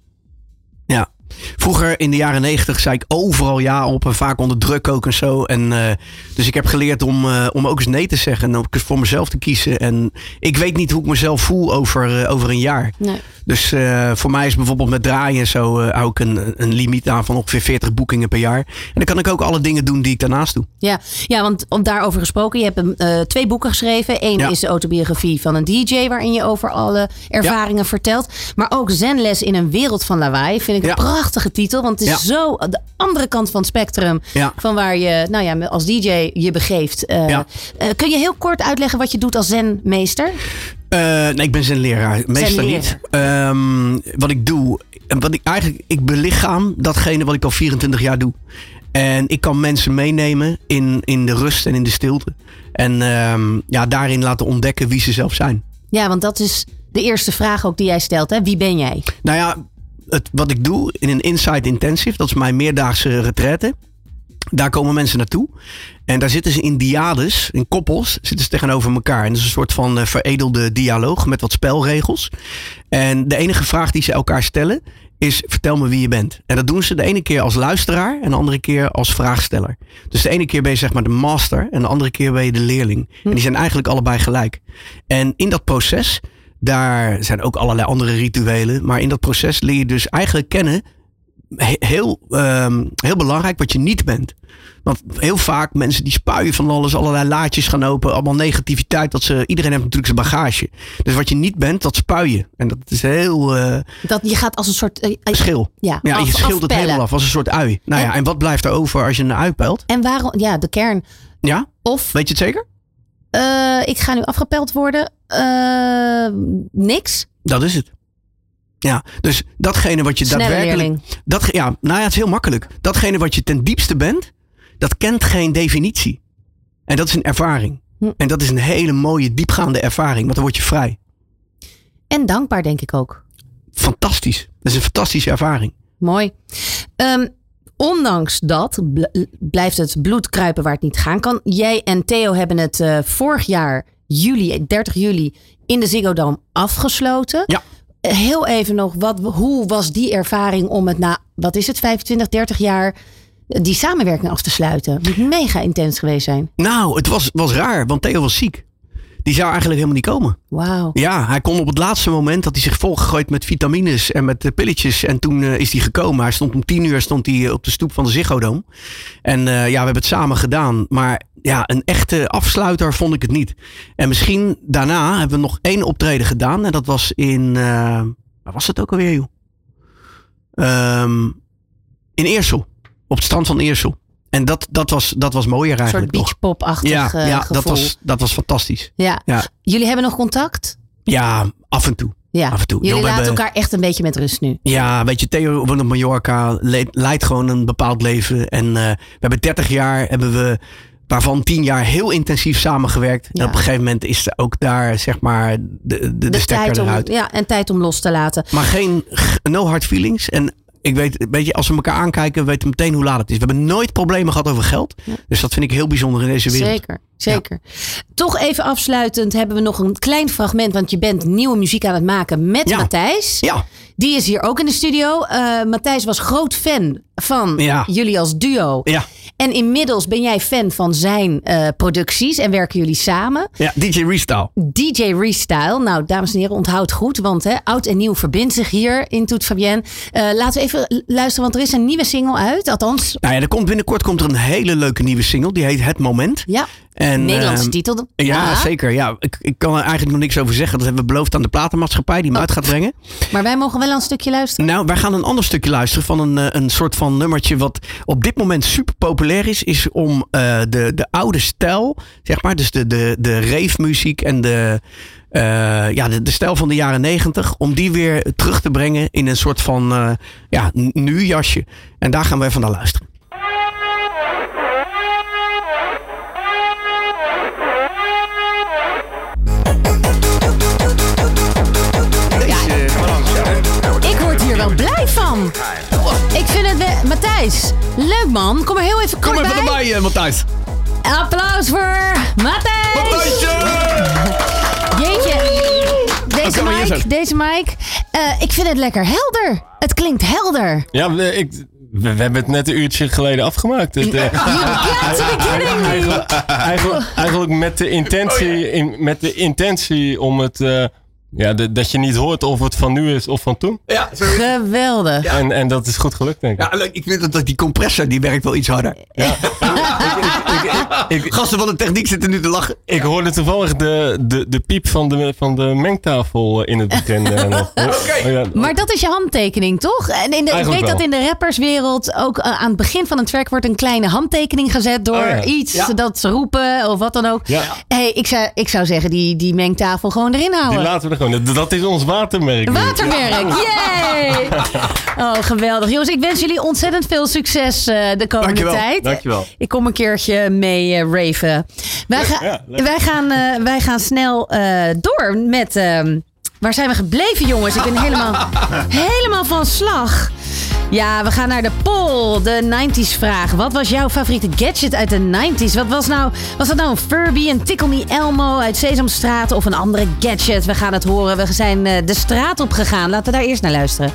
Ja. Vroeger in de jaren negentig zei ik overal ja op en vaak onder druk ook en zo. En, uh, dus ik heb geleerd om, uh, om ook eens nee te zeggen en ook eens voor mezelf te kiezen. En ik weet niet hoe ik mezelf voel over, uh, over een jaar. Nee. Dus uh, voor mij is bijvoorbeeld met draaien en zo uh, hou ik een, een limiet aan van ongeveer veertig boekingen per jaar. En dan kan ik ook alle dingen doen die ik daarnaast doe. Ja, ja, want om daarover gesproken, je hebt uh, twee boeken geschreven. Eén Ja. is de autobiografie van een D J, waarin je over alle ervaringen vertelt. Maar ook Zenles in een wereld van lawaai. Vind ik een Ja. prachtige titel, want het is Ja. zo de andere kant van het spectrum. Ja. Van waar je, nou ja, als D J je begeeft. Uh, Ja. uh, kun je heel kort uitleggen wat je doet als zenmeester? Uh, nee, ik ben zenleraar. Meestal Zenleraar. niet. Um, wat ik doe, en wat ik eigenlijk, ik belichaam datgene wat ik al vierentwintig jaar doe. En ik kan mensen meenemen in, in de rust en in de stilte. En um, ja, daarin laten ontdekken wie ze zelf zijn. Ja, want dat is de eerste vraag ook die jij stelt. Hè? Wie ben jij? Nou ja, het, wat ik doe in een Insight Intensive, dat is mijn meerdaagse retraite. Daar komen mensen naartoe. En daar zitten ze in diades, in koppels, zitten ze tegenover elkaar. En dat is een soort van uh, veredelde dialoog met wat spelregels. En de enige vraag die ze elkaar stellen is: vertel me wie je bent. En dat doen ze de ene keer als luisteraar en de andere keer als vraagsteller. Dus de ene keer ben je zeg maar de master en de andere keer ben je de leerling. En die zijn eigenlijk allebei gelijk. En in dat proces, daar zijn ook allerlei andere rituelen. Maar in dat proces leer je dus eigenlijk kennen he- heel, um, heel belangrijk wat je niet bent. Want heel vaak mensen die spuien van alles, allerlei laadjes gaan open, allemaal negativiteit. Dat ze, iedereen heeft natuurlijk zijn bagage. Dus wat je niet bent, dat spui je. En dat is heel uh, Dat je gaat als een soort... Uh, schil. Ja, ja af, je schilt het afpellen. helemaal af als een soort ui. Nou ja, En- en wat blijft er over als je een ui pelt? En waarom... Ja, de kern. Ja? Of... Weet je het zeker? Uh, ik ga nu afgepeld worden. Uh, niks. Dat is het. Ja, dus datgene wat je Snelle daadwerkelijk... leerling. Dat, ja, nou ja, het is heel makkelijk. Datgene wat je ten diepste bent, dat kent geen definitie. En dat is een ervaring. Hm. En dat is een hele mooie, diepgaande ervaring. Want dan word je vrij. En dankbaar, denk ik ook. Fantastisch. Dat is een fantastische ervaring. Mooi. Um, ondanks dat bl- blijft het bloed kruipen waar het niet gaan kan. Jij en Theo hebben het uh, vorig jaar, juli, dertig juli, in de Ziggo Dome afgesloten. Ja. Heel even nog, wat, hoe was die ervaring om het na, wat is het, vijfentwintig, dertig jaar, die samenwerking af te sluiten? Het moet mega intens geweest zijn. Nou, het was, was raar, want Theo was ziek. Die zou eigenlijk helemaal niet komen. Wauw. Ja, hij kon op het laatste moment, dat hij zich volgegooid met vitamines en met uh, pilletjes. En toen uh, is hij gekomen. Hij stond om tien uur stond hij op de stoep van de Ziggo Dome. En uh, ja, we hebben het samen gedaan. Maar ja, een echte afsluiter vond ik het niet. En misschien daarna hebben we nog één optreden gedaan. En dat was in, uh, waar was het ook alweer, joh? Um, in Eersel. Op het strand van Eersel. En dat, dat, was, dat was mooier eigenlijk. Een soort beachpop-achtig ja, uh, ja, gevoel. dat was, dat was fantastisch. Ja. Ja. Jullie hebben nog contact? Ja, af en toe. Ja. Af en toe. Jullie Jo, we laten hebben- elkaar echt een beetje met rust nu. Ja, weet je, Theo woont op Mallorca, le- leidt gewoon een bepaald leven. En uh, we hebben dertig jaar, hebben we, waarvan tien jaar heel intensief samengewerkt. Ja. En op een gegeven moment is er ook daar, zeg maar, de, de, de, De stekker tijd om, eruit. ja, en tijd om los te laten. Maar geen, no hard feelings. En ik weet, weet je, als we elkaar aankijken, weten we meteen hoe laat het is. We hebben nooit problemen gehad over geld. Dus dat vind ik heel bijzonder in deze wereld. Zeker, zeker. Toch even afsluitend hebben we nog een klein fragment. Want je bent nieuwe muziek aan het maken met Ja. Matthijs. Ja. Die is hier ook in de studio. Uh, Matthijs was groot fan van Ja. jullie als duo. Ja. En inmiddels ben jij fan van zijn uh, producties en werken jullie samen. Ja, D J Restyle. D J Restyle. Nou, dames en heren, onthoud goed. Want hè, oud en nieuw verbindt zich hier in Toet Fabienne. Uh, laten we even luisteren, want er is een nieuwe single uit. Althans, Nou ja, er komt binnenkort komt er een hele leuke nieuwe single. Die heet Het Moment. ja, En, Nederlandse ehm, titel. Ja, zeker. Ja. Ik, ik kan er eigenlijk nog niks over zeggen. Dat hebben we beloofd aan de platenmaatschappij die hem uit gaat brengen. Maar wij mogen wel een stukje luisteren. Nou, wij gaan een ander stukje luisteren van een, eh, een soort van nummertje wat op dit moment super populair is. Is om uh, de, de oude stijl, zeg maar. Dus de, de, de rave-muziek en de, uh, ja, de, de stijl van de jaren negentig. Om die weer terug te brengen in een soort van uh, ja, nu jasje. En daar gaan we even naar luisteren. Ik word hier wel blij van. Ik vind het wel... Matthijs, leuk man. Kom er heel even kort Kom even bij. erbij, uh, Matthijs. Applaus voor Matthijs. Matthijsje! Jeetje. Deze Oké, maar hier mic, zo. deze mic. Uh, ik vind het lekker helder. Het klinkt helder. Ja, we, ik, we, we hebben het net een uurtje geleden afgemaakt. Het, uh, You got to be kidding me. eigenlijk, eigenlijk, eigenlijk met de intentie, in, met de intentie om het... Uh, ja, de, dat je niet hoort of het van nu is of van toen. Ja, Geweldig. Ja. En, en dat is goed gelukt, denk ik. Ja, leuk. Ik vind dat, dat die compressor die werkt wel iets harder. Ja. ik, ik, Gasten van de techniek zitten nu te lachen. Ik hoorde toevallig de, de, de piep van de, van de mengtafel in het begin. Uh, nog. Okay. Oh, ja. Maar dat is je handtekening, toch? En in de, ik weet wel. dat in de rapperswereld ook uh, aan het begin van een track wordt een kleine handtekening gezet door Oh ja. iets Ja. dat ze roepen of wat dan ook. Ja. Hey, ik, zou, ik zou zeggen, die, die mengtafel gewoon erin houden. Die laten we er gewoon. Dat- Dat is ons watermerk. Watermerk, yay! Oh, geweldig. Jongens, ik wens jullie ontzettend veel succes uh, de komende Dankjewel. tijd. Dankjewel. Ik kom een keertje mee uh, raven. Wij, ga, Ja, leuk. wij, gaan, uh, wij gaan snel uh, door met... Uh, waar zijn we gebleven, jongens? Ik ben helemaal, helemaal van slag. Ja, we gaan naar de poll. De nineties vraag. Wat was jouw favoriete gadget uit de nineties? Wat was nou... Was dat nou een Furby, een Tickle Me Elmo uit Sesamstraat of een andere gadget? We gaan het horen. We zijn uh, de straat op gegaan. Laten we daar eerst naar luisteren.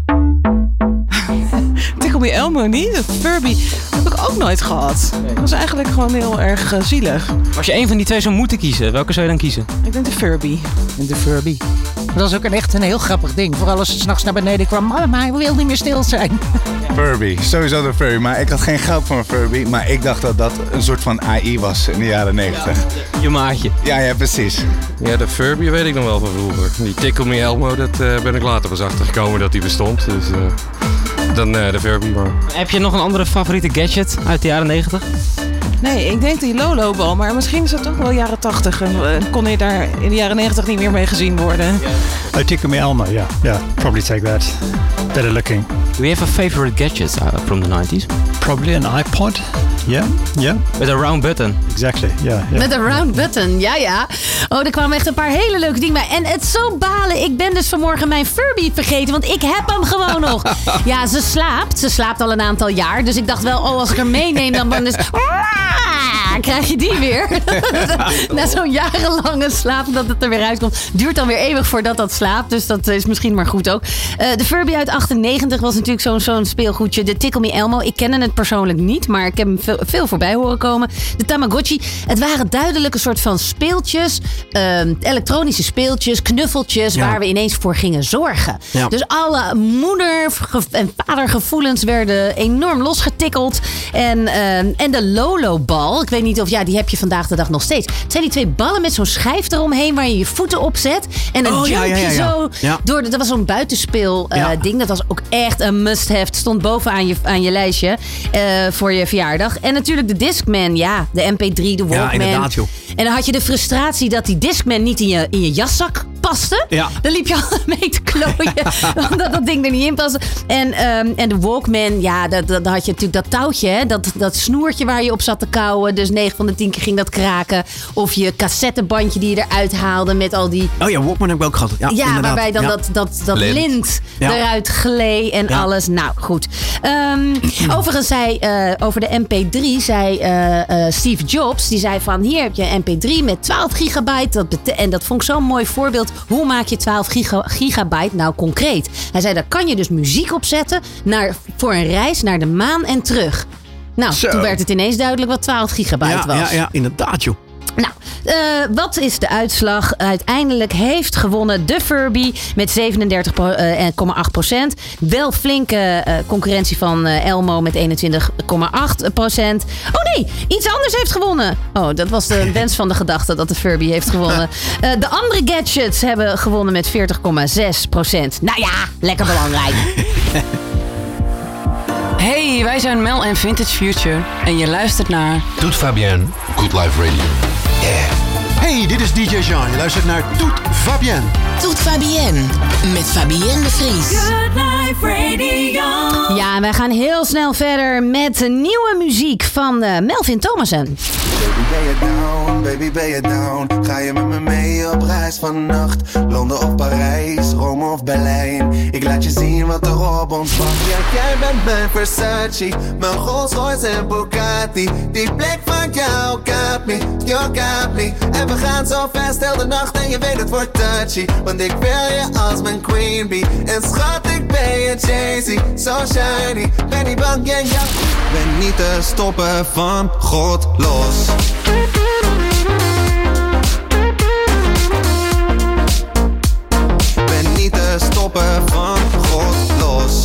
Tickle Me Elmo niet. Dat Furby heb ik ook nooit gehad. Dat was eigenlijk gewoon heel erg uh, zielig. Als je één van die twee zou moeten kiezen, welke zou je dan kiezen? Ik denk de Furby. De Furby. Dat was ook een, echt een heel grappig ding. Vooral als ze 's nachts naar beneden kwam. Mama, hij wil niet meer stil zijn. Furby, sowieso de Furby. Maar ik had geen geld voor een Furby. Maar ik dacht dat dat een soort van A I was in de jaren negentig. Je maatje. Ja, ja, precies. Ja, de Furby weet ik nog wel van vroeger. Die Tickle Me Elmo, dat uh, ben ik later pas achtergekomen dat die bestond. Dus uh, dan uh, de Furby maar. Heb je nog een andere favoriete gadget uit de jaren negentig? Nee, ik denk die Lolo-bal, maar misschien is het toch wel jaren tachtig. En uh, kon hij daar in de jaren negentig niet meer mee gezien worden. Oh, Tickle Me Elmo, yeah. Yeah, probably take that. Better looking. Do you have a favorite gadget uh, from the nineties? Probably an iPod. Yeah, yeah. With a round button. Exactly, yeah. yeah. Met een round button, ja ja. Oh, er kwamen echt een paar hele leuke dingen bij. En het is zo balen. Ik ben dus vanmorgen mijn Furby vergeten, want ik heb hem gewoon nog. Ja, ze slaapt. Ze slaapt al een aantal jaar. Dus ik dacht wel, oh, als ik haar meeneem, dan dan is... krijg je die weer. Na zo'n jarenlange slaap dat het er weer uitkomt. Duurt dan weer eeuwig voordat dat slaapt. Dus dat is misschien maar goed ook. Uh, de Furby uit achtennegentig was natuurlijk zo'n zo'n speelgoedje. De Tickle Me Elmo. Ik kende het persoonlijk niet, maar ik heb hem veel, veel voorbij horen komen. De Tamagotchi. Het waren duidelijk een soort van speeltjes. Uh, elektronische speeltjes, knuffeltjes. Ja. Waar we ineens voor gingen zorgen. Ja. Dus alle moeder- en vadergevoelens werden enorm losgetikkeld. En, uh, en de Lolo-bal. Ik weet niet of, ja, die heb je vandaag de dag nog steeds. Het zijn die twee ballen met zo'n schijf eromheen waar je je voeten op zet. En dan oh, jump je ja, ja, ja, ja. zo Ja. door. De, dat was zo'n buitenspeel uh, ja. ding. Dat was ook echt een must-have. Het stond bovenaan je, aan je lijstje uh, voor je verjaardag. En natuurlijk de Discman. Ja, de M P drie, de Walkman. Ja, inderdaad, joh. En dan had je de frustratie dat die Discman niet in je, in je jaszak paste. Ja. Dan liep je al mee te klooien. Omdat dat ding er niet in paste. En, um, en de Walkman, ja, dat, dat, dan had je natuurlijk dat touwtje. Hè? Dat, dat snoertje waar je op zat te kauwen. Dus negen van de tien keer ging dat kraken. Of je cassettebandje die je eruit haalde met al die... Oh ja, Walkman heb ik ook gehad. Ja, ja waarbij dan ja. dat, dat, dat lint, lint ja. eruit gleed en ja. alles. Nou, goed. Um, overigens zei uh, over de M P drie, zei uh, uh, Steve Jobs, die zei van, hier heb je een M P drie met twaalf gigabyte. Dat bete- en dat vond ik zo'n mooi voorbeeld. Hoe maak je twaalf giga- gigabyte nou concreet? Hij zei, daar kan je dus muziek op zetten naar, voor een reis naar de maan en terug. Nou, Zo. Toen werd het ineens duidelijk wat twaalf gigabyte ja, was. Ja, ja, inderdaad joh. Nou, uh, wat is de uitslag? Uiteindelijk heeft gewonnen de Furby met zevenendertig komma acht procent. Wel flinke uh, concurrentie van uh, Elmo met eenentwintig komma acht procent. Oh nee, iets anders heeft gewonnen. Oh, dat was de wens van de gedachte dat de Furby heeft gewonnen. Uh, de andere gadgets hebben gewonnen met veertig komma zes procent. Nou ja, lekker belangrijk. Hey, wij zijn Mel en Vintage Future en je luistert naar... Toet Fabienne, Good Life Radio. Yeah. Hey, dit is D J Jean. Je luistert naar Toet Fabienne. Toet Fabienne met Fabienne de Vries. Good Life Radio. Ja, en wij gaan heel snel verder met nieuwe muziek van uh, Melvin Thomassen. Baby, ben je down? Baby, ben je down? Ga je met me mee op reis vannacht? Londen of Parijs, Rome of Berlijn? Ik laat je zien wat er op ons wacht. Ja, jij bent mijn Versace, mijn Rolls Royce en Bugatti. Die blik van jou got me, you got me. En we gaan zo ver, stil de nacht en je weet het wordt touchy. Want ik wil je als mijn queen bee. En schat, ik ben je Jay-Z, so shiny. Ben niet bang, gang, ja. Ben niet te stoppen van God los. Ben niet te stoppen van God los.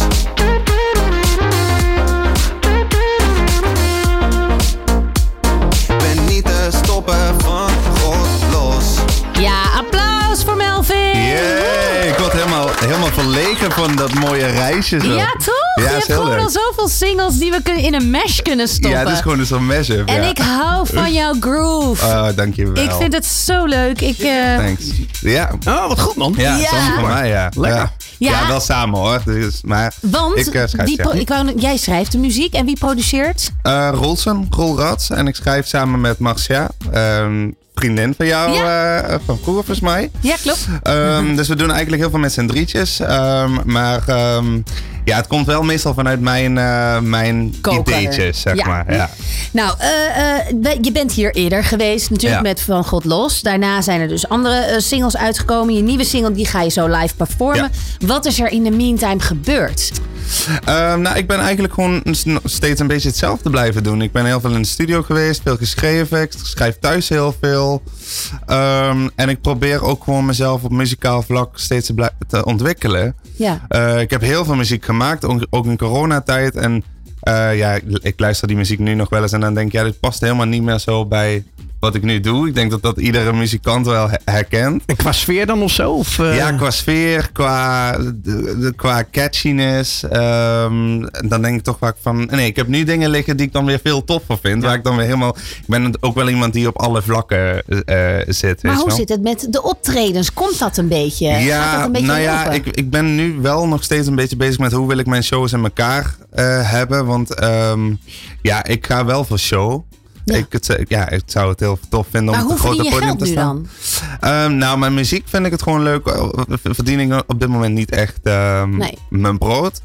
Ben niet te stoppen van God los. Ja, applaus voor Melvin. Yeah, ik word helemaal, helemaal verlegen van dat mooie reisje. Zo. Ja, toch? Ja, je hebt gewoon leuk. al zoveel singles die we kunnen in een mash kunnen stoppen. Ja, het is gewoon zo'n mashup. En ja. ik hou van jouw groove. Oh, dankjewel. Ik vind het zo leuk. Ik, uh... Thanks. Ja. Oh, wat goed man. Ja, Ja. samen van mij, ja. Lekker. Ja. Ja. Ja, wel samen hoor. Dus, maar Want ik, uh, schrijf, die ja. pro- ik wou, jij schrijft de muziek en wie produceert? Uh, Rolsen, Rolrad. En ik schrijf samen met Marcia. Um, vriendin van jou, Ja. uh, van vroeger volgens mij. Ja, klopt. Um, dus we doen eigenlijk heel veel met z'n drietjes. Um, maar um, ja, het komt wel meestal vanuit mijn, uh, mijn Koker. ideetjes, zeg Ja. maar. Ja. Nou, uh, uh, je bent hier eerder geweest natuurlijk Ja. met Van God Los. Daarna zijn er dus andere uh, singles uitgekomen. Je nieuwe single die ga je zo live performen. Wat is er in de meantime gebeurd? Um, nou, ik ben eigenlijk gewoon n- steeds een beetje hetzelfde blijven doen. Ik ben heel veel in de studio geweest, veel geschreven. Ik schrijf thuis heel veel. Um, en ik probeer ook gewoon mezelf op muzikaal vlak steeds te, blij- te ontwikkelen. Ja. Uh, ik heb heel veel muziek gemaakt, ook, ook in coronatijd. En uh, ja, ik luister die muziek nu nog wel eens en dan denk ik, ja, dit past helemaal niet meer zo bij wat ik nu doe. Ik denk dat dat iedere muzikant wel herkent. En qua sfeer dan of zo? Of, uh... Ja, qua sfeer, qua, de, de, qua catchiness. Um, dan denk ik toch vaak van... Nee, ik heb nu dingen liggen die ik dan weer veel toffer vind. Ja. Waar ik dan weer helemaal... Ik ben ook wel iemand die op alle vlakken uh, zit. Maar weet hoe wel? zit het met de optredens? Komt dat een beetje? Ja, Gaat dat een beetje nou ja, lopen? ik, ik ben nu wel nog steeds een beetje bezig met hoe wil ik mijn shows in elkaar uh, hebben. Want um, ja, ik ga wel voor show. Ja. Ik, het, ja, ik zou het heel tof vinden om maar op een grote podium te staan. Um, nou, mijn muziek vind ik het gewoon leuk. Verdien ik op dit moment niet echt um, nee. mijn brood.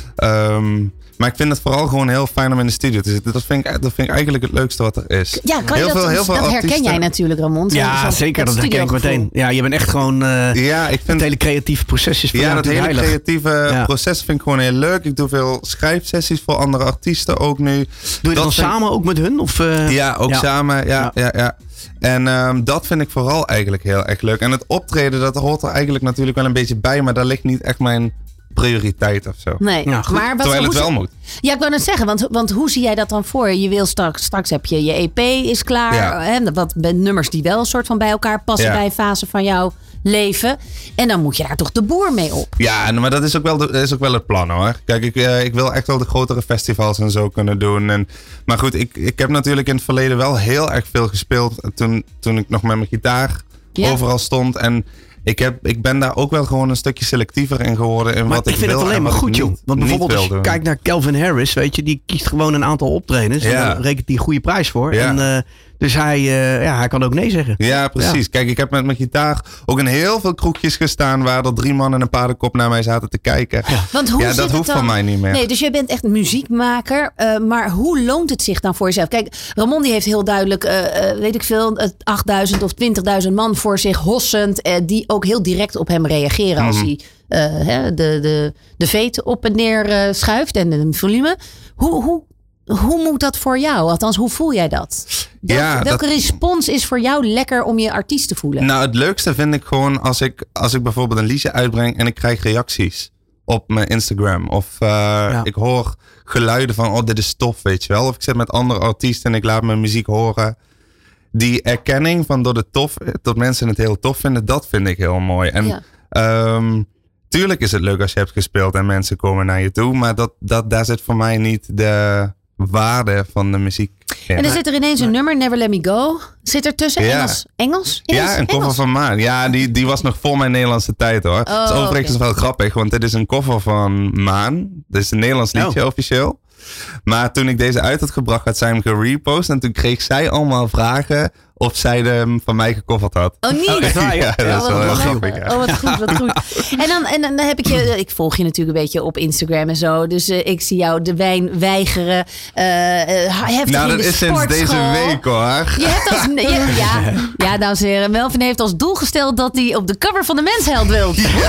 Um, maar ik vind het vooral gewoon heel fijn om in de studio te zitten. Dat vind ik, dat vind ik eigenlijk het leukste wat er is. Ja, kan je heel dat, veel, heel veel dat herken artiesten. jij natuurlijk, Ramon. Ja, zo, zeker. Dat herken ik meteen. Ja, je bent echt gewoon... Uh, ja, ik vind het hele creatieve proces is voor Ja, jou dat hele heilig. creatieve ja. proces vind ik gewoon heel leuk. Ik doe veel schrijfsessies voor andere artiesten ook nu. Doe je dat dan vind... samen ook met hun? Of, uh... Ja, ook ja. samen. Ja, ja. ja, ja. En um, dat vind ik vooral eigenlijk heel erg leuk. En het optreden, dat hoort er eigenlijk natuurlijk wel een beetje bij. Maar daar ligt niet echt mijn prioriteit of zo. Nee, ja, maar wat, terwijl het wel zie... moet. Ja, ik wou net zeggen, want, want hoe zie jij dat dan voor je? Je wil straks, straks heb je je E P is klaar. Ja. Hè, wat nummers die wel een soort van bij elkaar passen Ja. bij een fase van jouw leven. En dan moet je daar toch de boer mee op. Ja, maar dat is ook wel, de, dat is ook wel het plan hoor. Kijk, ik, uh, ik wil echt wel de grotere festivals en zo kunnen doen. En, maar goed, ik, ik heb natuurlijk in het verleden wel heel erg veel gespeeld. Toen, toen ik nog met mijn gitaar Ja. overal stond. En ik, heb, ik ben daar ook wel gewoon een stukje selectiever in geworden. In Maar wat ik ik vind wil het alleen en maar wat goed, ik joh. niet- Want niet bijvoorbeeld als wil je doen. kijkt naar Calvin Harris, weet je, die kiest gewoon een aantal optredens. Ja. En dan rekent hij een goede prijs voor. Ja. En, uh, dus hij, uh, ja, hij kan ook nee zeggen. Ja, precies. Ja. Kijk, ik heb met mijn gitaar ook in heel veel kroegjes gestaan waar er drie man en een paardenkop naar mij zaten te kijken. Ja, Want hoe ja zit dat het hoeft dan? van mij niet meer. Nee, dus jij bent echt muziekmaker. Uh, maar hoe loont het zich dan voor jezelf? Kijk, Ramon die heeft heel duidelijk, uh, uh, weet ik veel, uh, achtduizend of twintigduizend man voor zich hossend. Uh, die ook heel direct op hem reageren als Mhm. hij uh, hè, de, de, de veet op en neer uh, schuift en de volume. Hoe, hoe, hoe moet dat voor jou? Althans, hoe voel jij dat? Welke, Ja, welke dat- respons is voor jou lekker om je artiest te voelen? Nou, het leukste vind ik gewoon als ik, als ik bijvoorbeeld een liedje uitbreng en ik krijg reacties op mijn Instagram. Of uh, ik hoor geluiden van, oh, dit is tof, weet je wel. Of ik zit met andere artiesten en ik laat mijn muziek horen. Die erkenning van door de tof, dat mensen het heel tof vinden, dat vind ik heel mooi. En Ja. um, tuurlijk is het leuk als je hebt gespeeld en mensen komen naar je toe. Maar dat, dat, daar zit voor mij niet de waarde van de muziek in. En dan zit er ineens een nummer, Never Let Me Go. Zit er tussen Ja. Engels? Engels? Engels? Ja, een cover Engels? van Maan. Ja, die, die was nog voor mijn Nederlandse tijd hoor. Het is Oh, overigens oké. wel grappig, want dit is een cover van Maan. Dit is een Nederlands liedje Oh. officieel. Maar toen ik deze uit had gebracht, had zij hem gerepost. En toen kreeg zij allemaal vragen of zij hem van mij gecoverd had. Oh, niet? ja, dat is Ja, wel wat heel leuk. grappig. Ja. Oh, wat goed, wat goed. En dan, en dan heb ik je, ik volg je natuurlijk een beetje op Instagram en zo. Dus uh, ik zie jou de wijn weigeren. Uh, uh, heftig Nou, in dat de is sinds deze sportschool. week hoor. Je hebt als, je, ja, ja, dames en heren. Melvin heeft als doel gesteld dat hij op de cover van de Mensheld wil.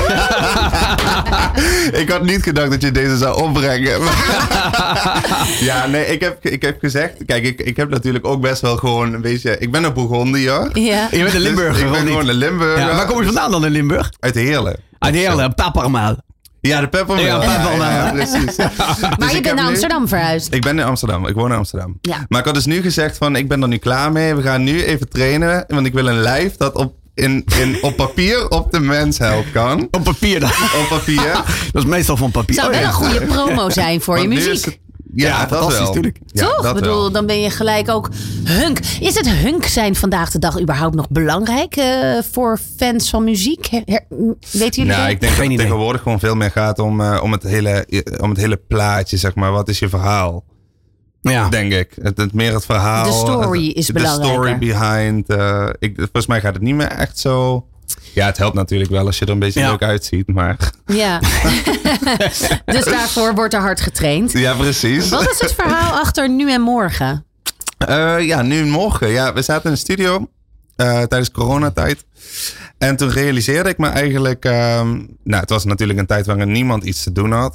Ik had niet gedacht dat je deze zou opbrengen. Ja, nee, ik heb, ik heb gezegd... Kijk, ik, ik heb natuurlijk ook best wel gewoon een beetje... Ik ben een Bourgondiër. Ja. Je bent een Limburger, Dus ik of ben niet? gewoon een Limburger. Ja, waar kom je vandaan dan in Limburg? Uit Heerlen. Uit Heerlen, Paparmaal. Ja, de peppermint. Ja, peppermint. Ja, ja, precies. Maar Dus je ik bent heb naar nu- Amsterdam verhuisd. Ik ben in Amsterdam. Ik woon in Amsterdam. Ja. Maar ik had dus nu gezegd van, ik ben er nu klaar mee. We gaan nu even trainen. Want ik wil een lijf dat op, in, in, op papier op de Mensheld kan. Op papier dan? Op papier. Dat is meestal van papier. Zou Oh, wel ja. een goede promo zijn voor je Want nu is muziek. het- Ja, Ja, dat fantastisch wel. natuurlijk. Ja, Toch? dat Ik bedoel, wel. dan ben je gelijk ook hunk. Is het hunk zijn vandaag de dag überhaupt nog belangrijk uh, voor fans van muziek? Her, her, weten jullie Nou, dat? ik denk dat het tegenwoordig gewoon veel meer gaat om, uh, om, het hele, om het hele plaatje, zeg maar. Wat is je verhaal? Ja. Denk ik. Het, het, meer het verhaal. De story het- is De belangrijker. story behind. Uh, ik, volgens mij gaat het niet meer echt zo... Ja, het helpt natuurlijk wel als je er een beetje Ja. leuk uitziet, maar... Ja. Dus daarvoor wordt er hard getraind. Ja, precies. Wat is het verhaal achter Nu en Morgen? Uh, ja, nu en morgen. Ja, we zaten in de studio uh, tijdens coronatijd. En toen realiseerde ik me eigenlijk... Um, nou, het was natuurlijk een tijd waarin niemand iets te doen had.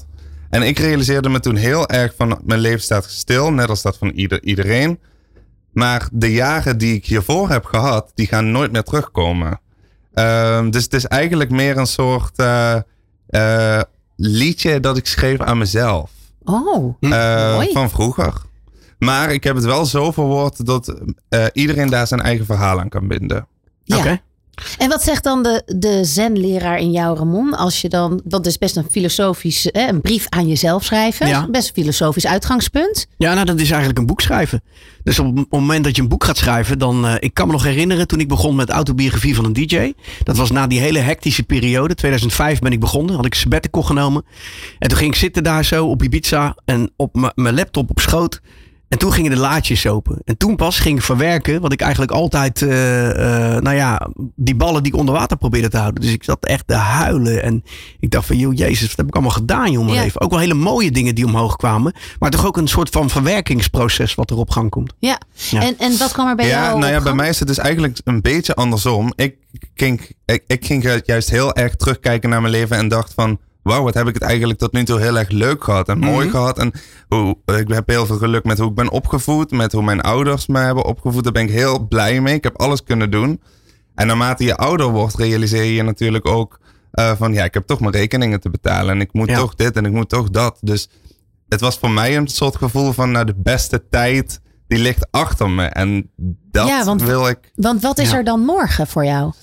En ik realiseerde me toen heel erg van mijn leven staat stil. Net als dat van ieder, iedereen. Maar de jaren die ik hiervoor heb gehad, die gaan nooit meer terugkomen. Uh, dus het is eigenlijk meer een soort uh, uh, liedje dat ik schreef aan mezelf. Oh, uh, mooi. Van vroeger. Maar ik heb het wel zo verwoord dat uh, iedereen daar zijn eigen verhaal aan kan binden. Ja. Okay. En wat zegt dan de, de zenleraar in jou, Ramon? Als je dan, dat is best een filosofisch, hè, een brief aan jezelf schrijven. Ja. Best een filosofisch uitgangspunt. Ja, nou dat is eigenlijk een boek schrijven. Dus op het moment dat je een boek gaat schrijven, dan... Uh, ik kan me nog herinneren toen ik begon met autobiografie van een D J. Dat was na die hele hectische periode. tweeduizend vijf ben ik begonnen. Had ik een sabbatical genomen. En toen ging ik zitten daar zo op Ibiza en op mijn laptop op schoot. En toen gingen de laadjes open. En toen pas ging ik verwerken wat ik eigenlijk altijd, uh, uh, nou ja, die ballen die ik onder water probeerde te houden. Dus ik zat echt te huilen. En ik dacht van, joh, Jezus, wat heb ik allemaal gedaan, joh, mijn Ja. leven. Ook wel hele mooie dingen die omhoog kwamen. Maar toch ook een soort van verwerkingsproces wat er op gang komt. Ja. Ja. En, en wat kwam er bij ja, jou nou ja, op bij gang? mij is het dus eigenlijk een beetje andersom. Ik ging, ik, ik ging juist heel erg terugkijken naar mijn leven en dacht van, wauw, wat heb ik het eigenlijk tot nu toe heel erg leuk gehad en mooi Mhm. gehad. En hoe, ik heb heel veel geluk met hoe ik ben opgevoed, met hoe mijn ouders me hebben opgevoed. Daar ben ik heel blij mee. Ik heb alles kunnen doen. En naarmate je ouder wordt, realiseer je je natuurlijk ook uh, van, ja, ik heb toch mijn rekeningen te betalen. En ik moet Ja. toch dit en ik moet toch dat. Dus het was voor mij een soort gevoel van, nou, de beste tijd, die ligt achter me. En dat Ja, want- wil ik... Want wat is Ja. er dan morgen voor jou?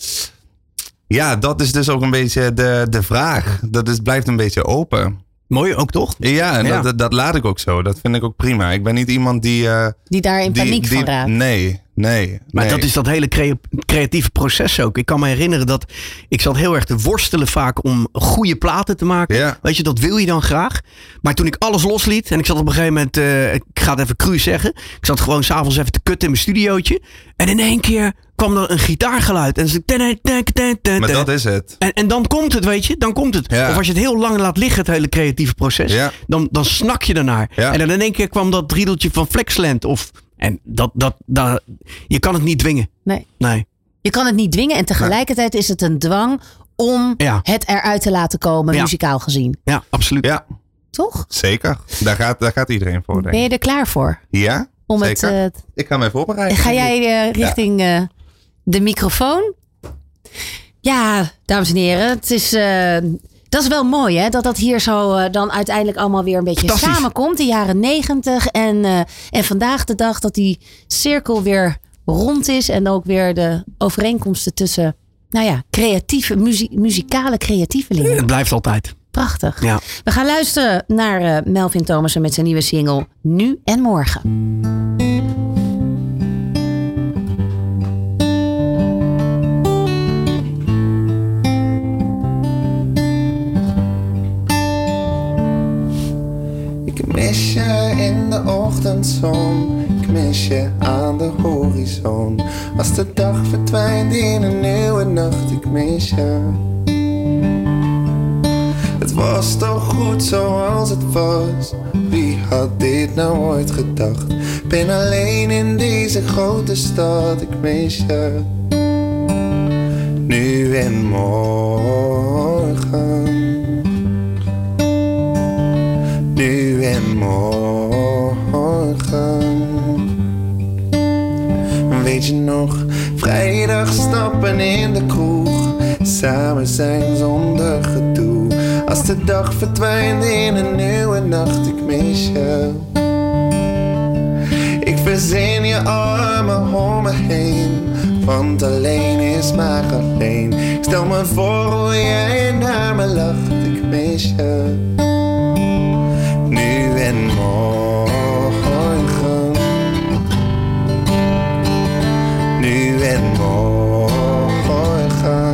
Ja, dat is dus ook een beetje de, de vraag. Dat is, blijft een beetje open. Mooi ook, toch? Ja, en Ja. Dat, dat, dat laat ik ook zo. Dat vind ik ook prima. Ik ben niet iemand die... Uh, Die daar in die, paniek die, van raakt. Nee, nee. Maar nee. dat is dat hele crea- creatieve proces ook. Ik kan me herinneren dat ik zat heel erg te worstelen vaak om goede platen te maken. Ja. Weet je, dat wil je dan graag. Maar toen ik alles losliet en ik zat op een gegeven moment, uh, ik ga het even cru zeggen. Ik zat gewoon s'avonds even te kutten in mijn studiootje. En in één keer kwam er een gitaargeluid. En, dus ik- Maar dat is het. en, en dan komt het, weet je, dan komt het. Ja. Of als je het heel lang laat liggen, het hele creatieve proces. Ja. Dan, dan snak je ernaar. Ja. En dan in één keer kwam dat driedeltje van Flexland. Of, en dat, dat, dat, je kan het niet dwingen. Nee. Nee. Je kan het niet dwingen en tegelijkertijd is het een dwang om Ja. het eruit te laten komen, Ja. muzikaal gezien. Ja, absoluut. Ja, Toch? zeker. Daar gaat, daar gaat iedereen voor, denk Ben ik. je er klaar voor? Ja, Om het, zeker. eh, Ik ga mij voorbereiden. Ga jij eh, richting eh, de microfoon? Ja, dames en heren. Het is, eh, dat is wel mooi, hè? Dat dat hier zo eh, dan uiteindelijk allemaal weer een beetje Fantastisch. samenkomt. De jaren negentig. En, eh, en vandaag de dag dat die cirkel weer rond is. En ook weer de overeenkomsten tussen, nou ja, creatieve, muzie- muzikale creatievelingen. Het blijft altijd. Prachtig. Ja. We gaan luisteren naar eh, Melvin Thomassen met zijn nieuwe single Nu en Morgen. Ik mis je in de ochtendzon, ik mis je aan de horizon. Als de dag verdwijnt in een nieuwe nacht, ik mis je. Het was toch goed zoals het was, wie had dit nou ooit gedacht? Ben alleen in deze grote stad, ik mis je. Nu en morgen. Nu en morgen. Weet je nog, vrijdag stappen in de kroeg, samen zijn zonder gedoe. Als de dag verdwijnt in een nieuwe nacht, ik mis je. Ik verzin je armen om me heen, want alleen is maar alleen. Ik stel me voor hoe jij naar me lacht, ik mis je. Nu en morgen. Nu en morgen.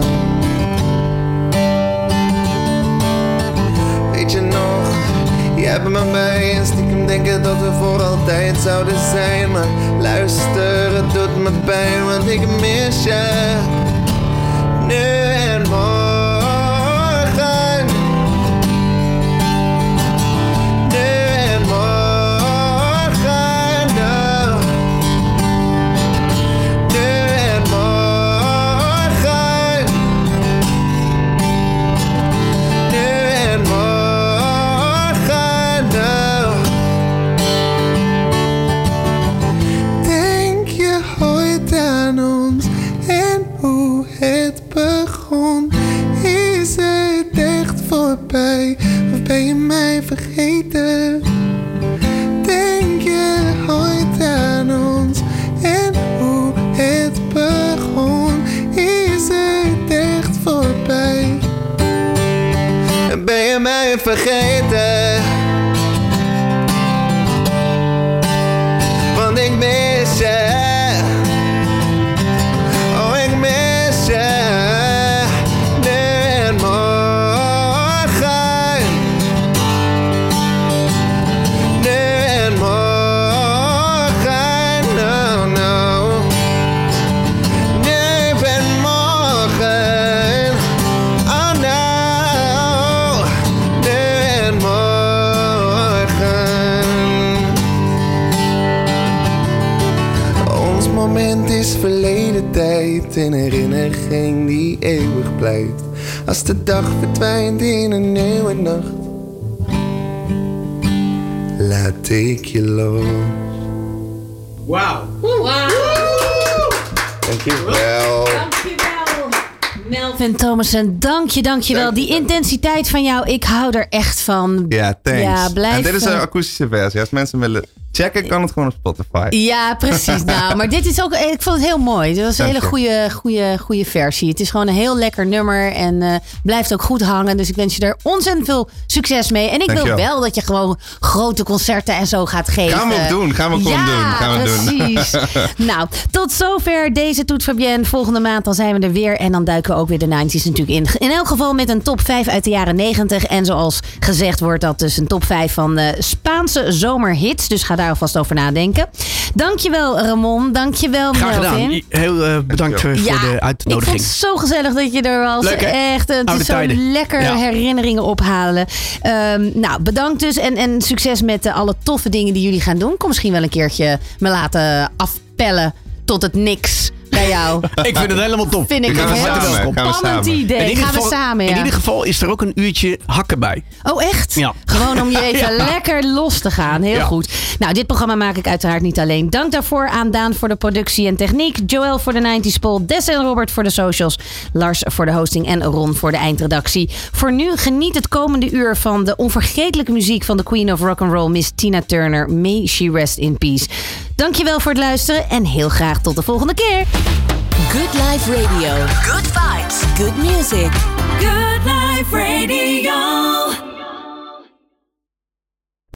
Weet je nog, jij hebt me bij en stiekem denken dat we voor altijd zouden zijn. Maar luister, het doet me pijn, want ik mis je. Nu en morgen. Nu en morgen. Nou. Nu en morgen. Nu en morgen. vergeten. Want ik mis je. Oh, ik mis je. Nu en morgen. Nu en morgen. No, no. Nu en morgen. Oh no. Nu en morgen. Ons moment is verleden tijd. Een herinnering die eeuwig blijft. Als de dag verdwijnt in een nieuwe nacht. Laat ik je los. Wauw. Dankjewel. Melvin Thomassen, dank je, dank je wel. Die intensiteit van jou, ik hou er echt van. Ja, thanks. Ja, blijf, en dit is een eh, akoestische versie. Als mensen willen checken, kan het gewoon op Spotify. Ja, precies. Nou, maar dit is ook, ik vond het heel mooi. Dit was een Dank hele goede, goede, goede versie. Het is gewoon een heel lekker nummer en uh, blijft ook goed hangen. Dus ik wens je er ontzettend veel succes mee. En ik wil Dankjewel. wel dat je gewoon grote concerten en zo gaat geven. Gaan we ook doen. Gaan we gewoon ja, doen. Gaan we precies. doen. Nou, tot zover deze Toet Fabienne. Volgende maand dan zijn we er weer. En dan duiken we ook weer de nineties natuurlijk in. In elk geval met een top vijf uit de jaren negentig. En zoals gezegd wordt dat dus een top vijf van uh, Spaanse zomerhits. Dus ga daar alvast over nadenken. Dankjewel Ramon. Dankjewel Graag Melvin. gedaan. Heel uh, bedankt uh, voor Ja, de ik uitnodiging. vond het zo gezellig dat je er was. Leuk, hè? Echt, het Oude is zo tijden. lekker Ja. herinneringen ophalen. Um, nou, bedankt dus en, en succes met uh, alle toffe dingen die jullie gaan doen. Kom misschien wel een keertje me laten afpellen tot het niks bij jou. Ik vind het helemaal top. Vind ik Gaan een we heel samen. Gaan we spannend samen. idee. In ieder Gaan we geval- samen, ja. In ieder geval is er ook een uurtje hakken bij. Oh, echt? Ja. Gewoon om je even Ja. lekker los te gaan. Heel Ja. goed. Nou, dit programma maak ik uiteraard niet alleen. Dank daarvoor aan Daan voor de productie en techniek. Joël voor de nineties poll. Des en Robert voor de socials. Lars voor de hosting en Ron voor de eindredactie. Voor nu geniet het komende uur van de onvergetelijke muziek van de Queen of Rock'n'Roll, Miss Tina Turner. May she rest in peace. Dankjewel voor het luisteren en heel graag tot de volgende keer. Good Life Radio. Good vibes. Good music. Good Life Radio.